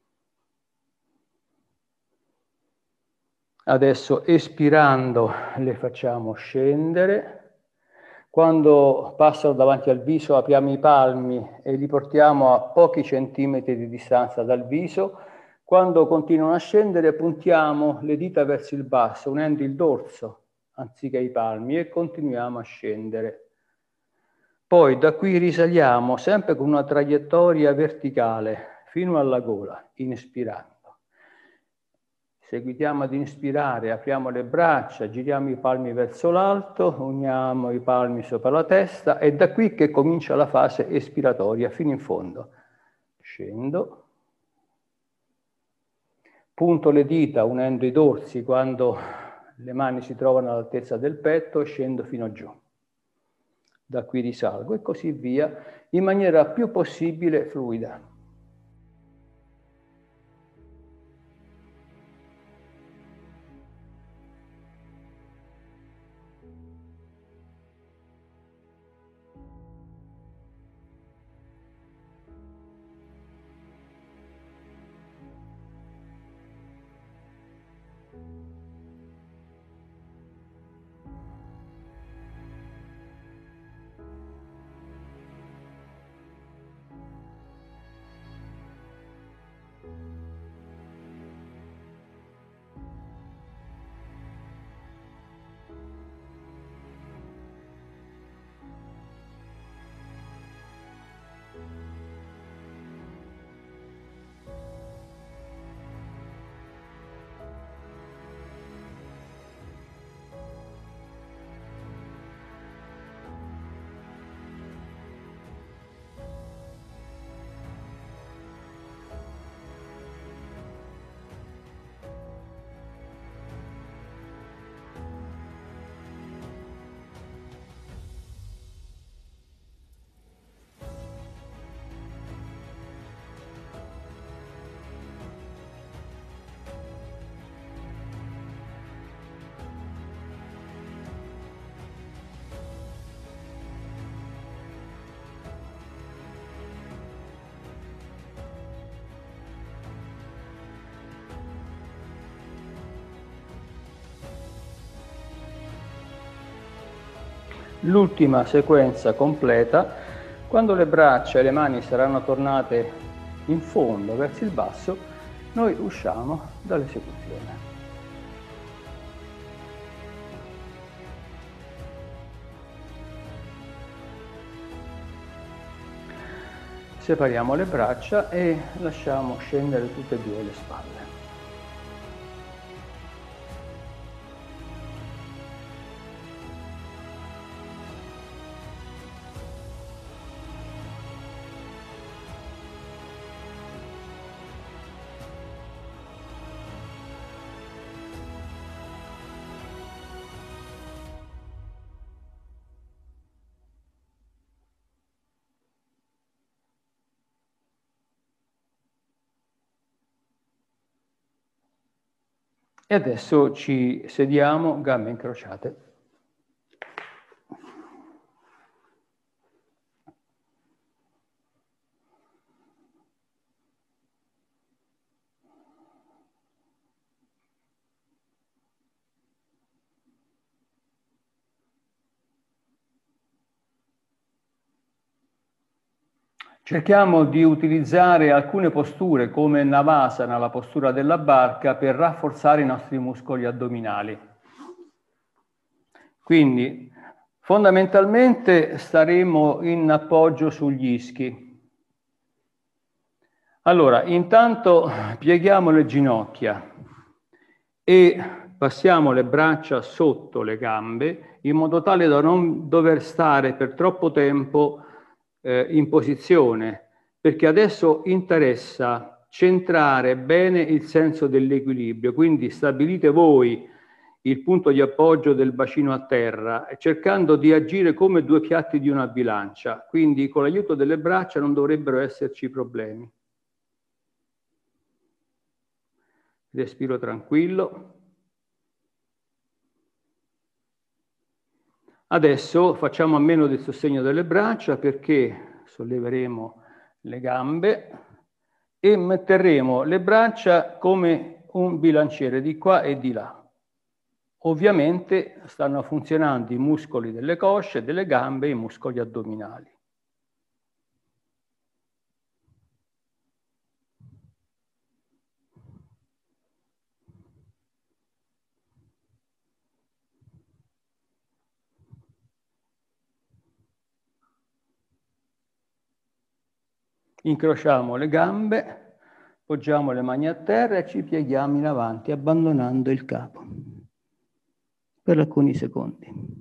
Adesso espirando le facciamo scendere. Quando passano davanti al viso apriamo i palmi e li portiamo a pochi centimetri di distanza dal viso. Quando continuano a scendere puntiamo le dita verso il basso, unendo il dorso anziché i palmi e continuiamo a scendere. Poi da qui risaliamo sempre con una traiettoria verticale fino alla gola, inspirando. Seguitiamo ad inspirare, apriamo le braccia, giriamo i palmi verso l'alto, uniamo i palmi sopra la testa, è da qui che comincia la fase espiratoria fino in fondo. Scendo, punto le dita unendo i dorsi quando le mani si trovano all'altezza del petto e scendo fino giù. Da qui risalgo e così via, in maniera più possibile fluida. l'ultima sequenza completa, quando le braccia e le mani saranno tornate in fondo verso il basso, noi usciamo dall'esecuzione. Separiamo le braccia e lasciamo scendere tutte e due le spalle. E adesso ci sediamo, gambe incrociate. Cerchiamo di utilizzare alcune posture come Navasana, la postura della barca, per rafforzare i nostri muscoli addominali. Quindi fondamentalmente staremo in appoggio sugli ischi. Allora, intanto pieghiamo le ginocchia e passiamo le braccia sotto le gambe in modo tale da non dover stare per troppo tempo in posizione, perché adesso interessa centrare bene il senso dell'equilibrio, quindi stabilite voi il punto di appoggio del bacino a terra, cercando di agire come due piatti di una bilancia, quindi con l'aiuto delle braccia non dovrebbero esserci problemi. Respiro tranquillo. Adesso facciamo a meno del sostegno delle braccia perché solleveremo le gambe e metteremo le braccia come un bilanciere di qua e di là. Ovviamente stanno funzionando i muscoli delle cosce, delle gambe e i muscoli addominali. Incrociamo le gambe, poggiamo le mani a terra e ci pieghiamo in avanti, abbandonando il capo per alcuni secondi.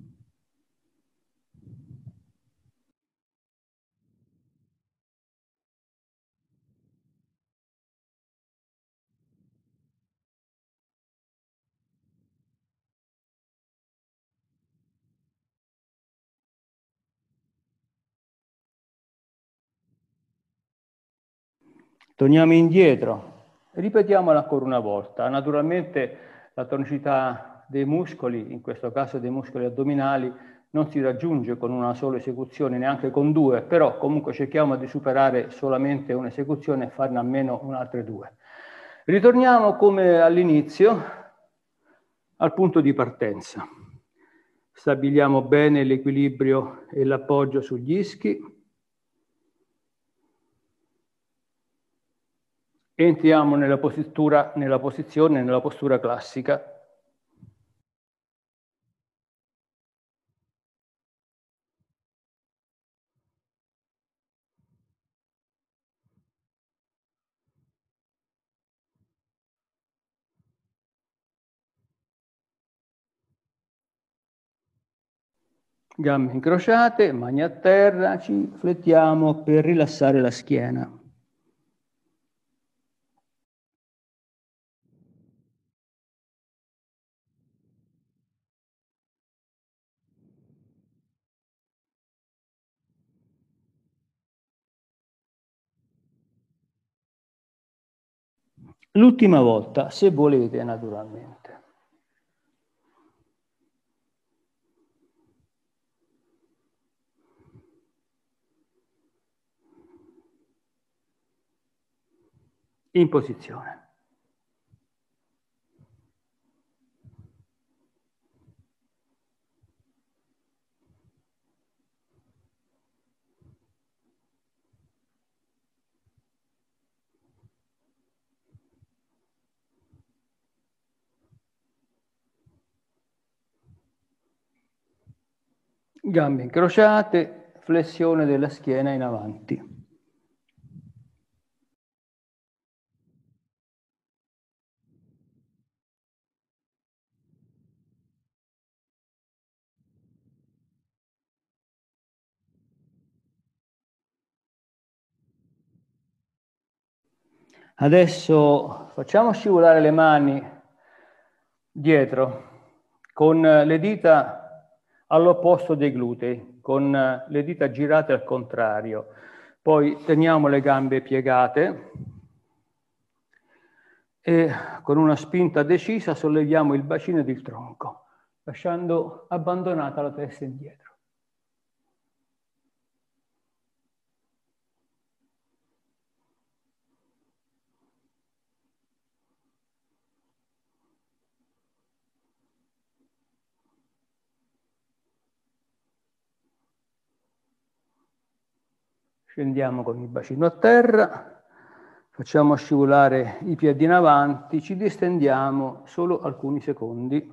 Torniamo indietro e ripetiamola ancora una volta. Naturalmente la tonicità dei muscoli, in questo caso dei muscoli addominali, non si raggiunge con una sola esecuzione, neanche con due, però comunque cerchiamo di superare solamente un'esecuzione e farne almeno un'altre due. Ritorniamo come all'inizio al punto di partenza. Stabiliamo bene l'equilibrio e l'appoggio sugli ischi. Entriamo nella postura classica. Gambe incrociate, mani a terra, ci flettiamo per rilassare la schiena. L'ultima volta, se volete, naturalmente. In posizione. Gambe incrociate, flessione della schiena in avanti. Adesso facciamo scivolare le mani dietro con le dita all'opposto dei glutei, con le dita girate al contrario. Poi teniamo le gambe piegate e con una spinta decisa solleviamo il bacino ed il tronco, lasciando abbandonata la testa indietro. Scendiamo con il bacino a terra, facciamo scivolare i piedi in avanti, ci distendiamo solo alcuni secondi.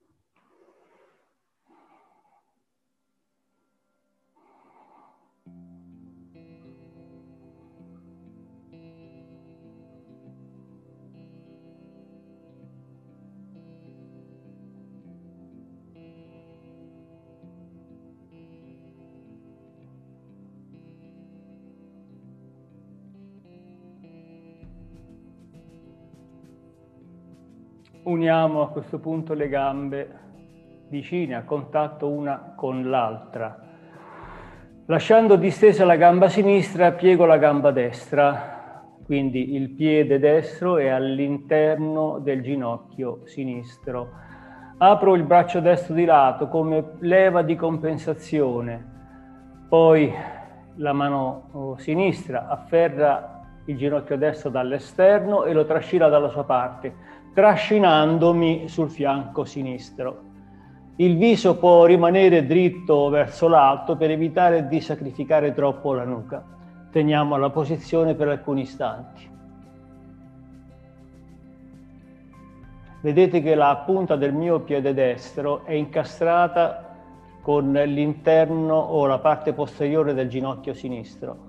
Uniamo a questo punto le gambe vicine, a contatto una con l'altra. Lasciando distesa la gamba sinistra, piego la gamba destra, quindi il piede destro è all'interno del ginocchio sinistro. Apro il braccio destro di lato come leva di compensazione, poi la mano sinistra afferra il ginocchio destro dall'esterno e lo trascina dalla sua parte, trascinandomi sul fianco sinistro. Il viso può rimanere dritto verso l'alto per evitare di sacrificare troppo la nuca. Teniamo la posizione per alcuni istanti. Vedete che la punta del mio piede destro è incastrata con l'interno o la parte posteriore del ginocchio sinistro.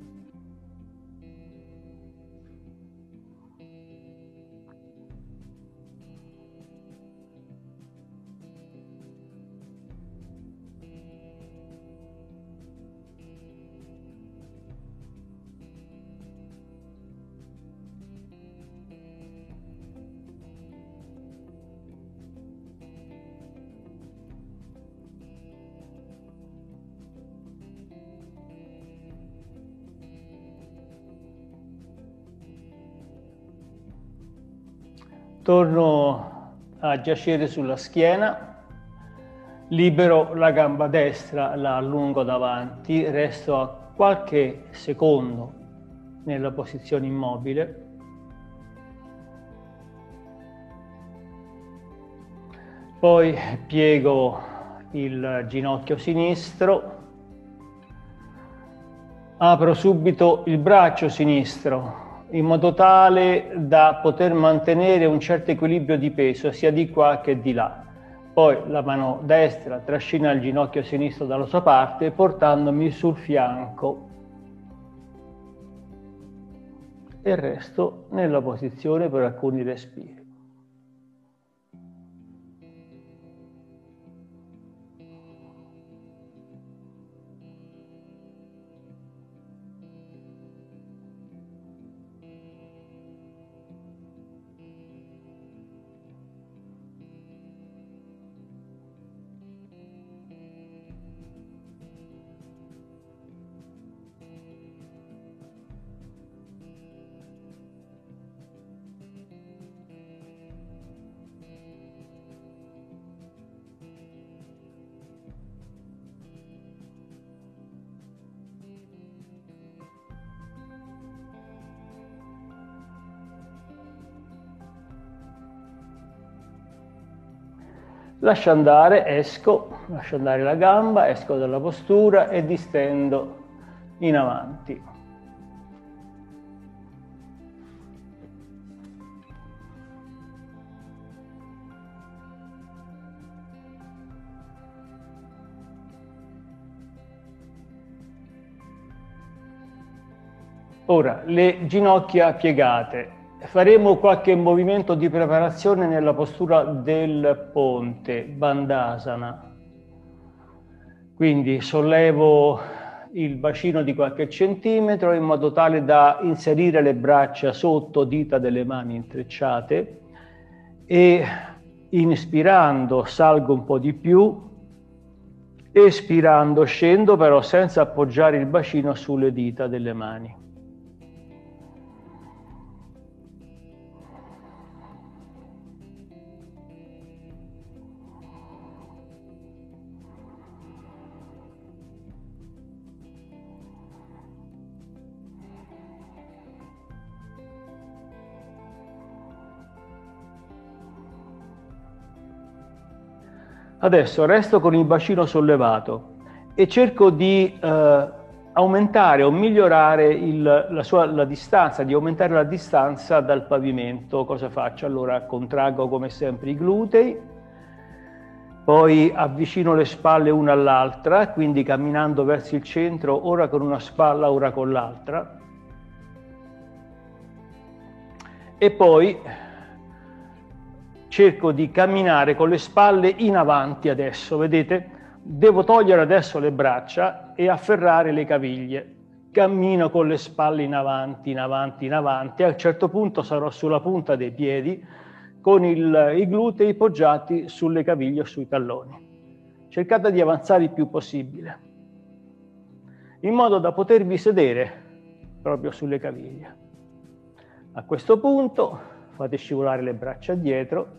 Torno a giacere sulla schiena, libero la gamba destra, la allungo davanti, resto a qualche secondo nella posizione immobile. Poi piego il ginocchio sinistro, apro subito il braccio sinistro, in modo tale da poter mantenere un certo equilibrio di peso sia di qua che di là. Poi la mano destra trascina il ginocchio sinistro dalla sua parte portandomi sul fianco e resto nella posizione per alcuni respiri. Lascio andare la gamba, esco dalla postura e distendo in avanti. Ora, le ginocchia piegate. Faremo qualche movimento di preparazione nella postura del ponte, Bandhasana. Quindi sollevo il bacino di qualche centimetro in modo tale da inserire le braccia sotto, dita delle mani intrecciate, e inspirando salgo un po' di più, espirando scendo però senza appoggiare il bacino sulle dita delle mani. Adesso resto con il bacino sollevato e cerco di aumentare o migliorare la distanza, di aumentare la distanza dal pavimento. Cosa faccio? Allora contraggo come sempre i glutei, poi avvicino le spalle una all'altra, quindi camminando verso il centro, ora con una spalla, ora con l'altra. E poi cerco di camminare con le spalle in avanti adesso, vedete? Devo togliere adesso le braccia e afferrare le caviglie. Cammino con le spalle in avanti, in avanti, in avanti. A un certo punto sarò sulla punta dei piedi con i glutei poggiati sulle caviglie o sui talloni. Cercate di avanzare il più possibile, in modo da potervi sedere proprio sulle caviglie. A questo punto fate scivolare le braccia dietro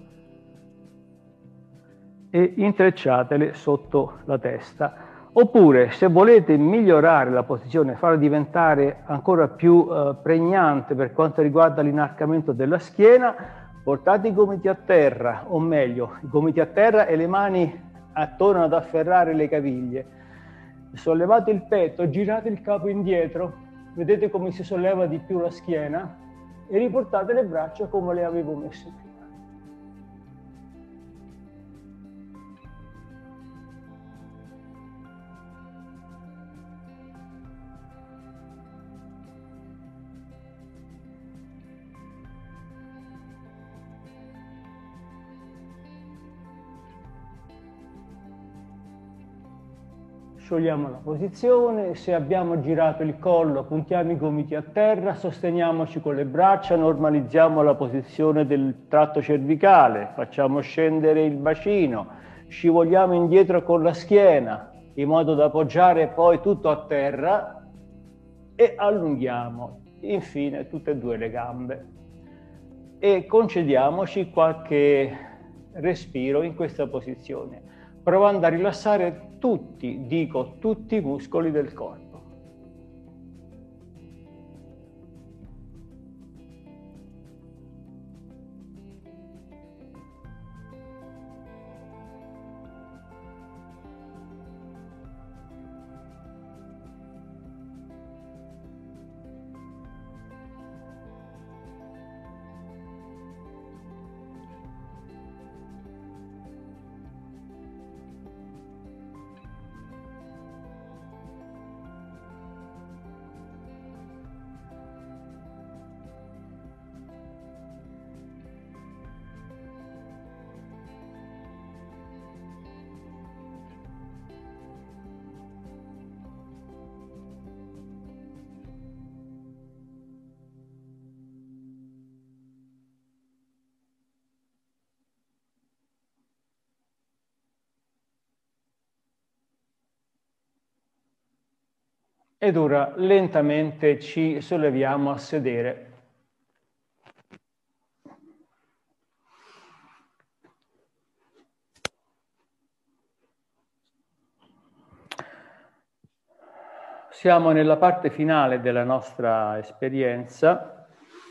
e intrecciatele sotto la testa. Oppure, se volete migliorare la posizione, farla diventare ancora più pregnante per quanto riguarda l'inarcamento della schiena, portate i gomiti a terra, o meglio, i gomiti a terra e le mani attorno ad afferrare le caviglie. Sollevate il petto, girate il capo indietro, vedete come si solleva di più la schiena, e riportate le braccia come le avevo messe prima. Sciogliamo la posizione, se abbiamo girato il collo puntiamo i gomiti a terra, sosteniamoci con le braccia, normalizziamo la posizione del tratto cervicale, facciamo scendere il bacino, scivoliamo indietro con la schiena in modo da appoggiare poi tutto a terra e allunghiamo infine tutte e due le gambe e concediamoci qualche respiro in questa posizione, provando a rilassare tutti, dico tutti i muscoli del corpo. Ed ora lentamente ci solleviamo a sedere. Siamo nella parte finale della nostra esperienza.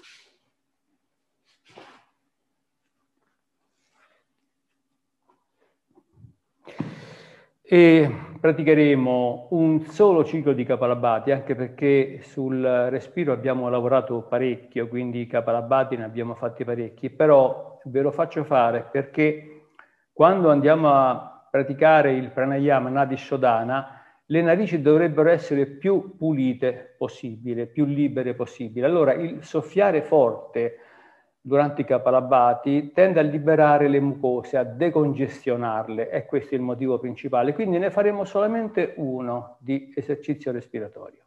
E praticheremo un solo ciclo di Kapalabhati, anche perché sul respiro abbiamo lavorato parecchio, quindi i Kapalabhati ne abbiamo fatti parecchi, però ve lo faccio fare perché quando andiamo a praticare il pranayama Nadi Shodhana le narici dovrebbero essere più pulite possibile, più libere possibile. Allora il soffiare forte durante i kapalabhati tende a liberare le mucose, a decongestionarle, e questo è il motivo principale. Quindi ne faremo solamente uno di esercizio respiratorio.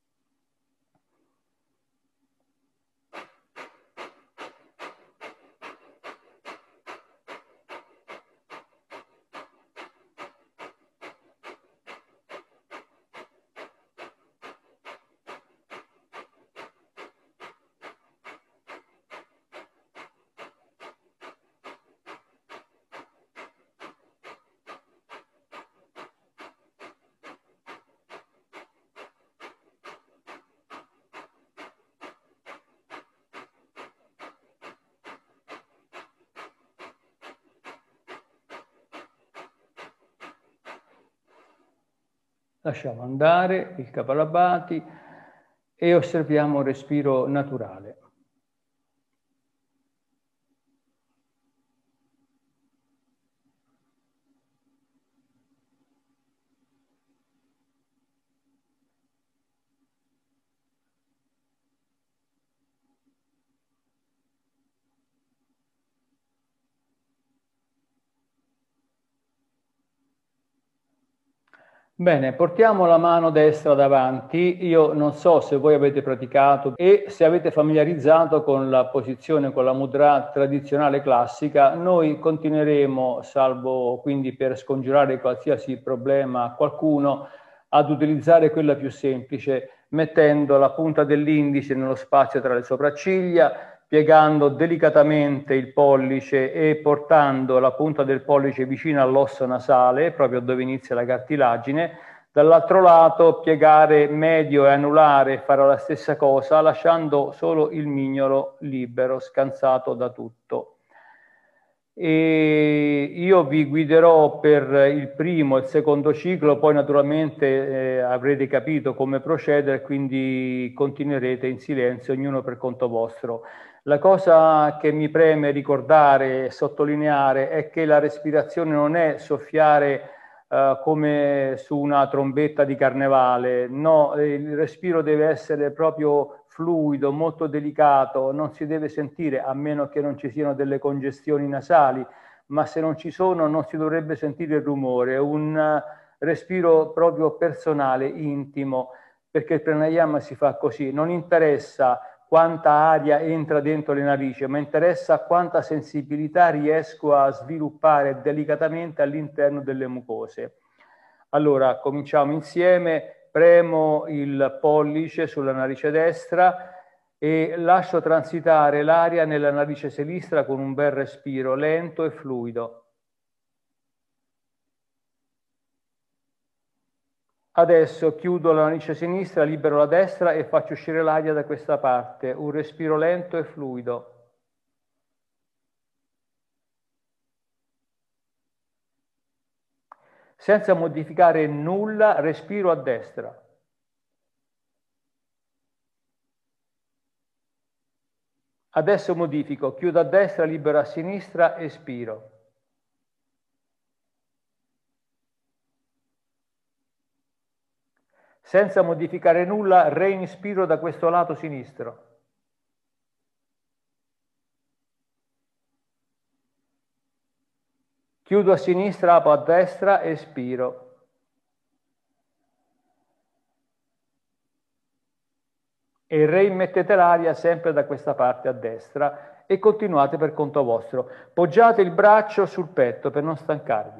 Lasciamo andare il kapalabhati e osserviamo il respiro naturale. Bene, portiamo la mano destra davanti. Io non so se voi avete praticato e se avete familiarizzato con la posizione, con la mudra tradizionale classica. Noi continueremo, salvo quindi per scongiurare qualsiasi problema a qualcuno, ad utilizzare quella più semplice, mettendo la punta dell'indice nello spazio tra le sopracciglia, piegando delicatamente il pollice e portando la punta del pollice vicino all'osso nasale, proprio dove inizia la cartilagine. Dall'altro lato piegare medio e anulare, fare la stessa cosa, lasciando solo il mignolo libero, scansato da tutto. E io vi guiderò per il primo e il secondo ciclo, poi naturalmente avrete capito come procedere, quindi continuerete in silenzio, ognuno per conto vostro. La cosa che mi preme ricordare e sottolineare è che la respirazione non è soffiare come su una trombetta di carnevale, no, il respiro deve essere proprio fluido, molto delicato, non si deve sentire, a meno che non ci siano delle congestioni nasali, ma se non ci sono non si dovrebbe sentire il rumore, è un respiro proprio personale, intimo, perché il pranayama si fa così, non interessa quanta aria entra dentro le narici, ma interessa quanta sensibilità riesco a sviluppare delicatamente all'interno delle mucose. Allora, cominciamo insieme, premo il pollice sulla narice destra e lascio transitare l'aria nella narice sinistra con un bel respiro lento e fluido. Adesso chiudo la narice sinistra, libero la destra e faccio uscire l'aria da questa parte. Un respiro lento e fluido. Senza modificare nulla, respiro a destra. Adesso modifico, chiudo a destra, libero a sinistra, espiro. Senza modificare nulla, reinspiro da questo lato sinistro. Chiudo a sinistra, apro a destra, espiro. E reimmettete l'aria sempre da questa parte a destra e continuate per conto vostro. Poggiate il braccio sul petto per non stancarvi.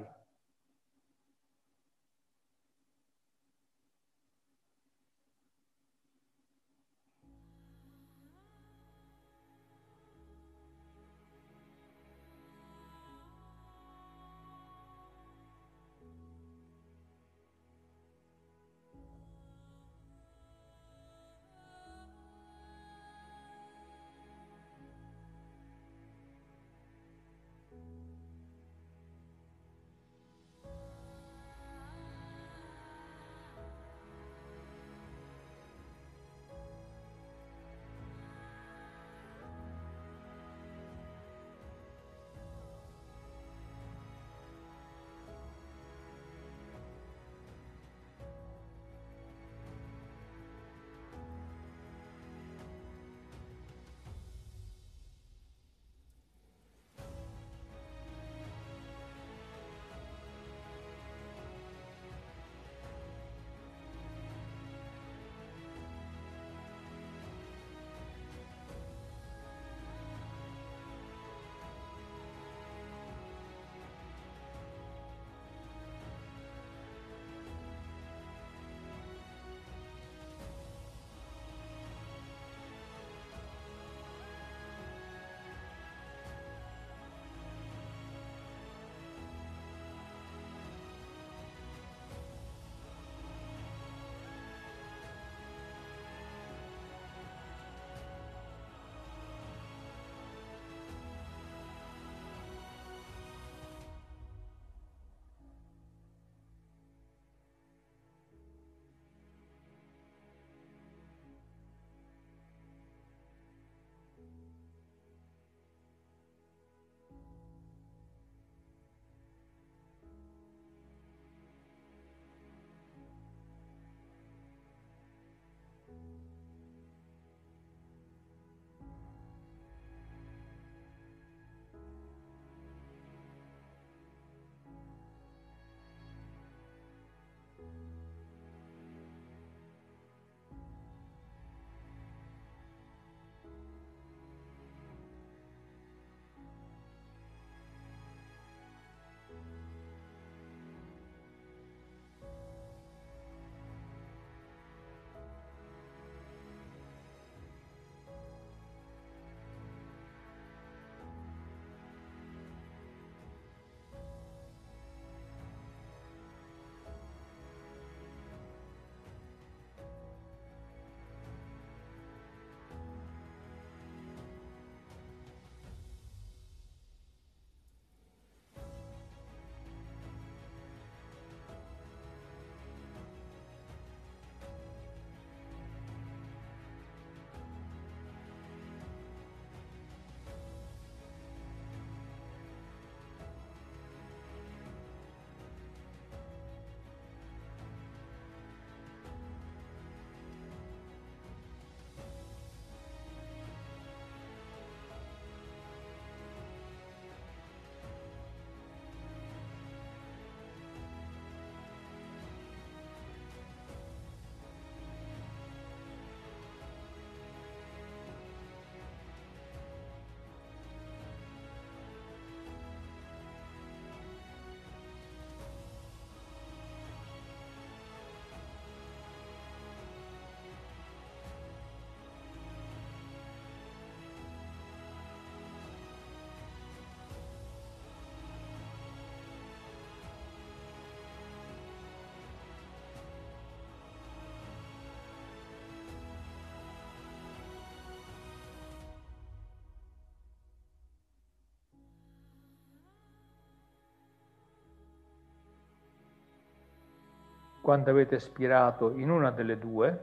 quando avete espirato in una delle due,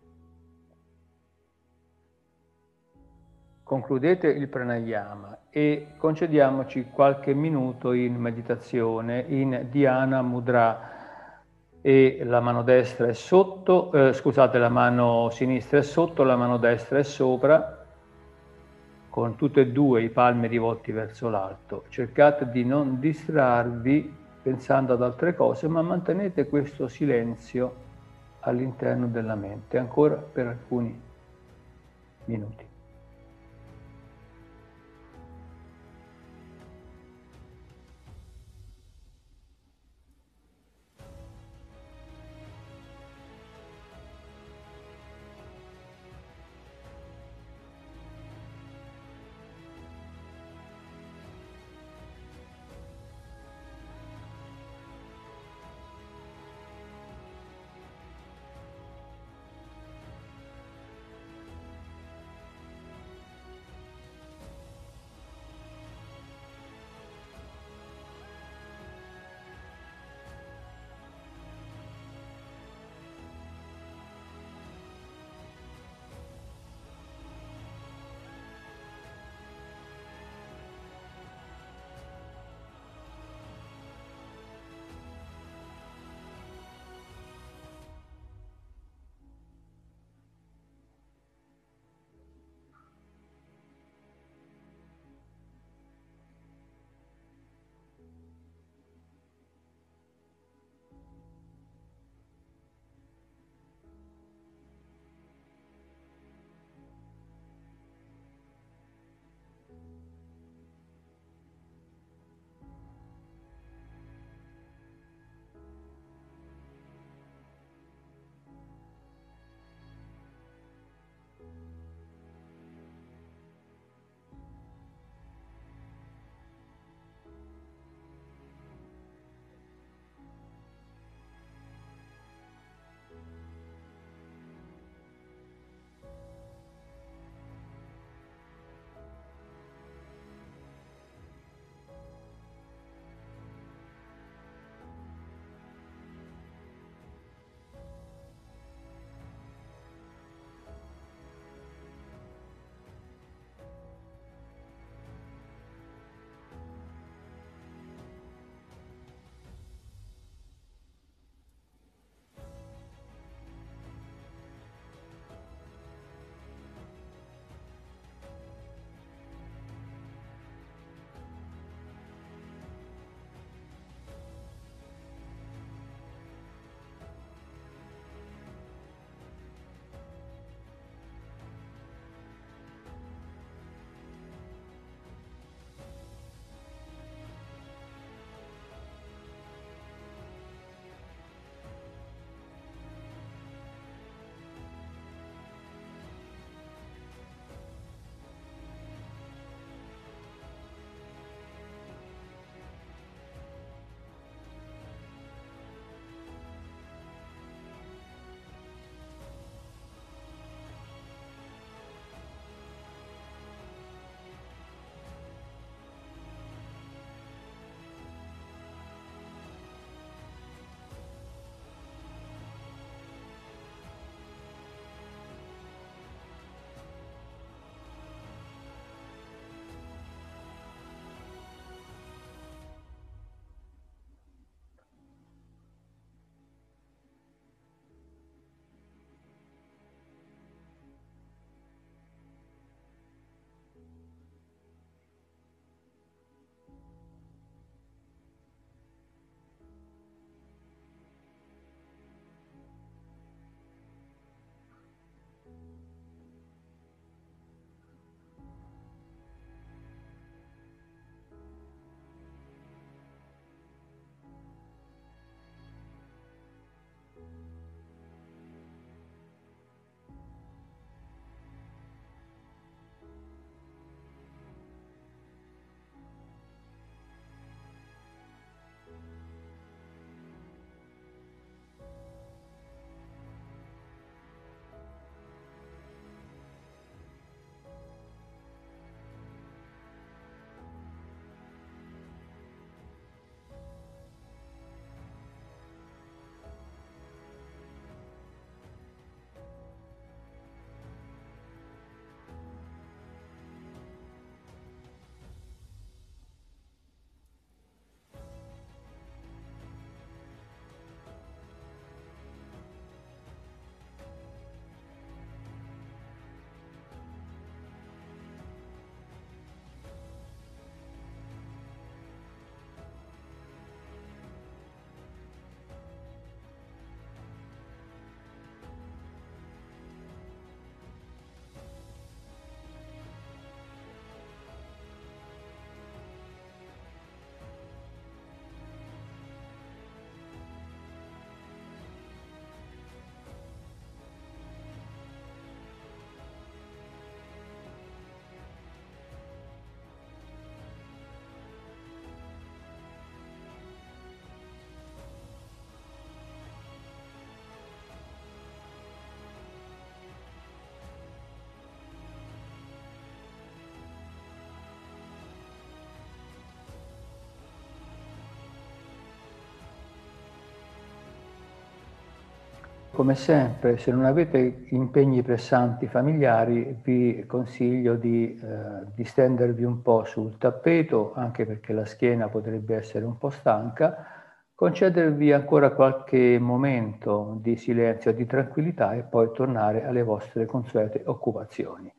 concludete il pranayama e concediamoci qualche minuto in meditazione, in dhyana mudra, e la mano destra è sotto, scusate, la mano sinistra è sotto, la mano destra è sopra, con tutti e due i palmi rivolti verso l'alto. Cercate di non distrarvi pensando ad altre cose, ma mantenete questo silenzio all'interno della mente, ancora per alcuni minuti. Come sempre, se non avete impegni pressanti familiari, vi consiglio di distendervi un po' sul tappeto, anche perché la schiena potrebbe essere un po' stanca, concedervi ancora qualche momento di silenzio e di tranquillità e poi tornare alle vostre consuete occupazioni.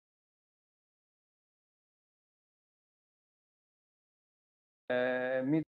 Mi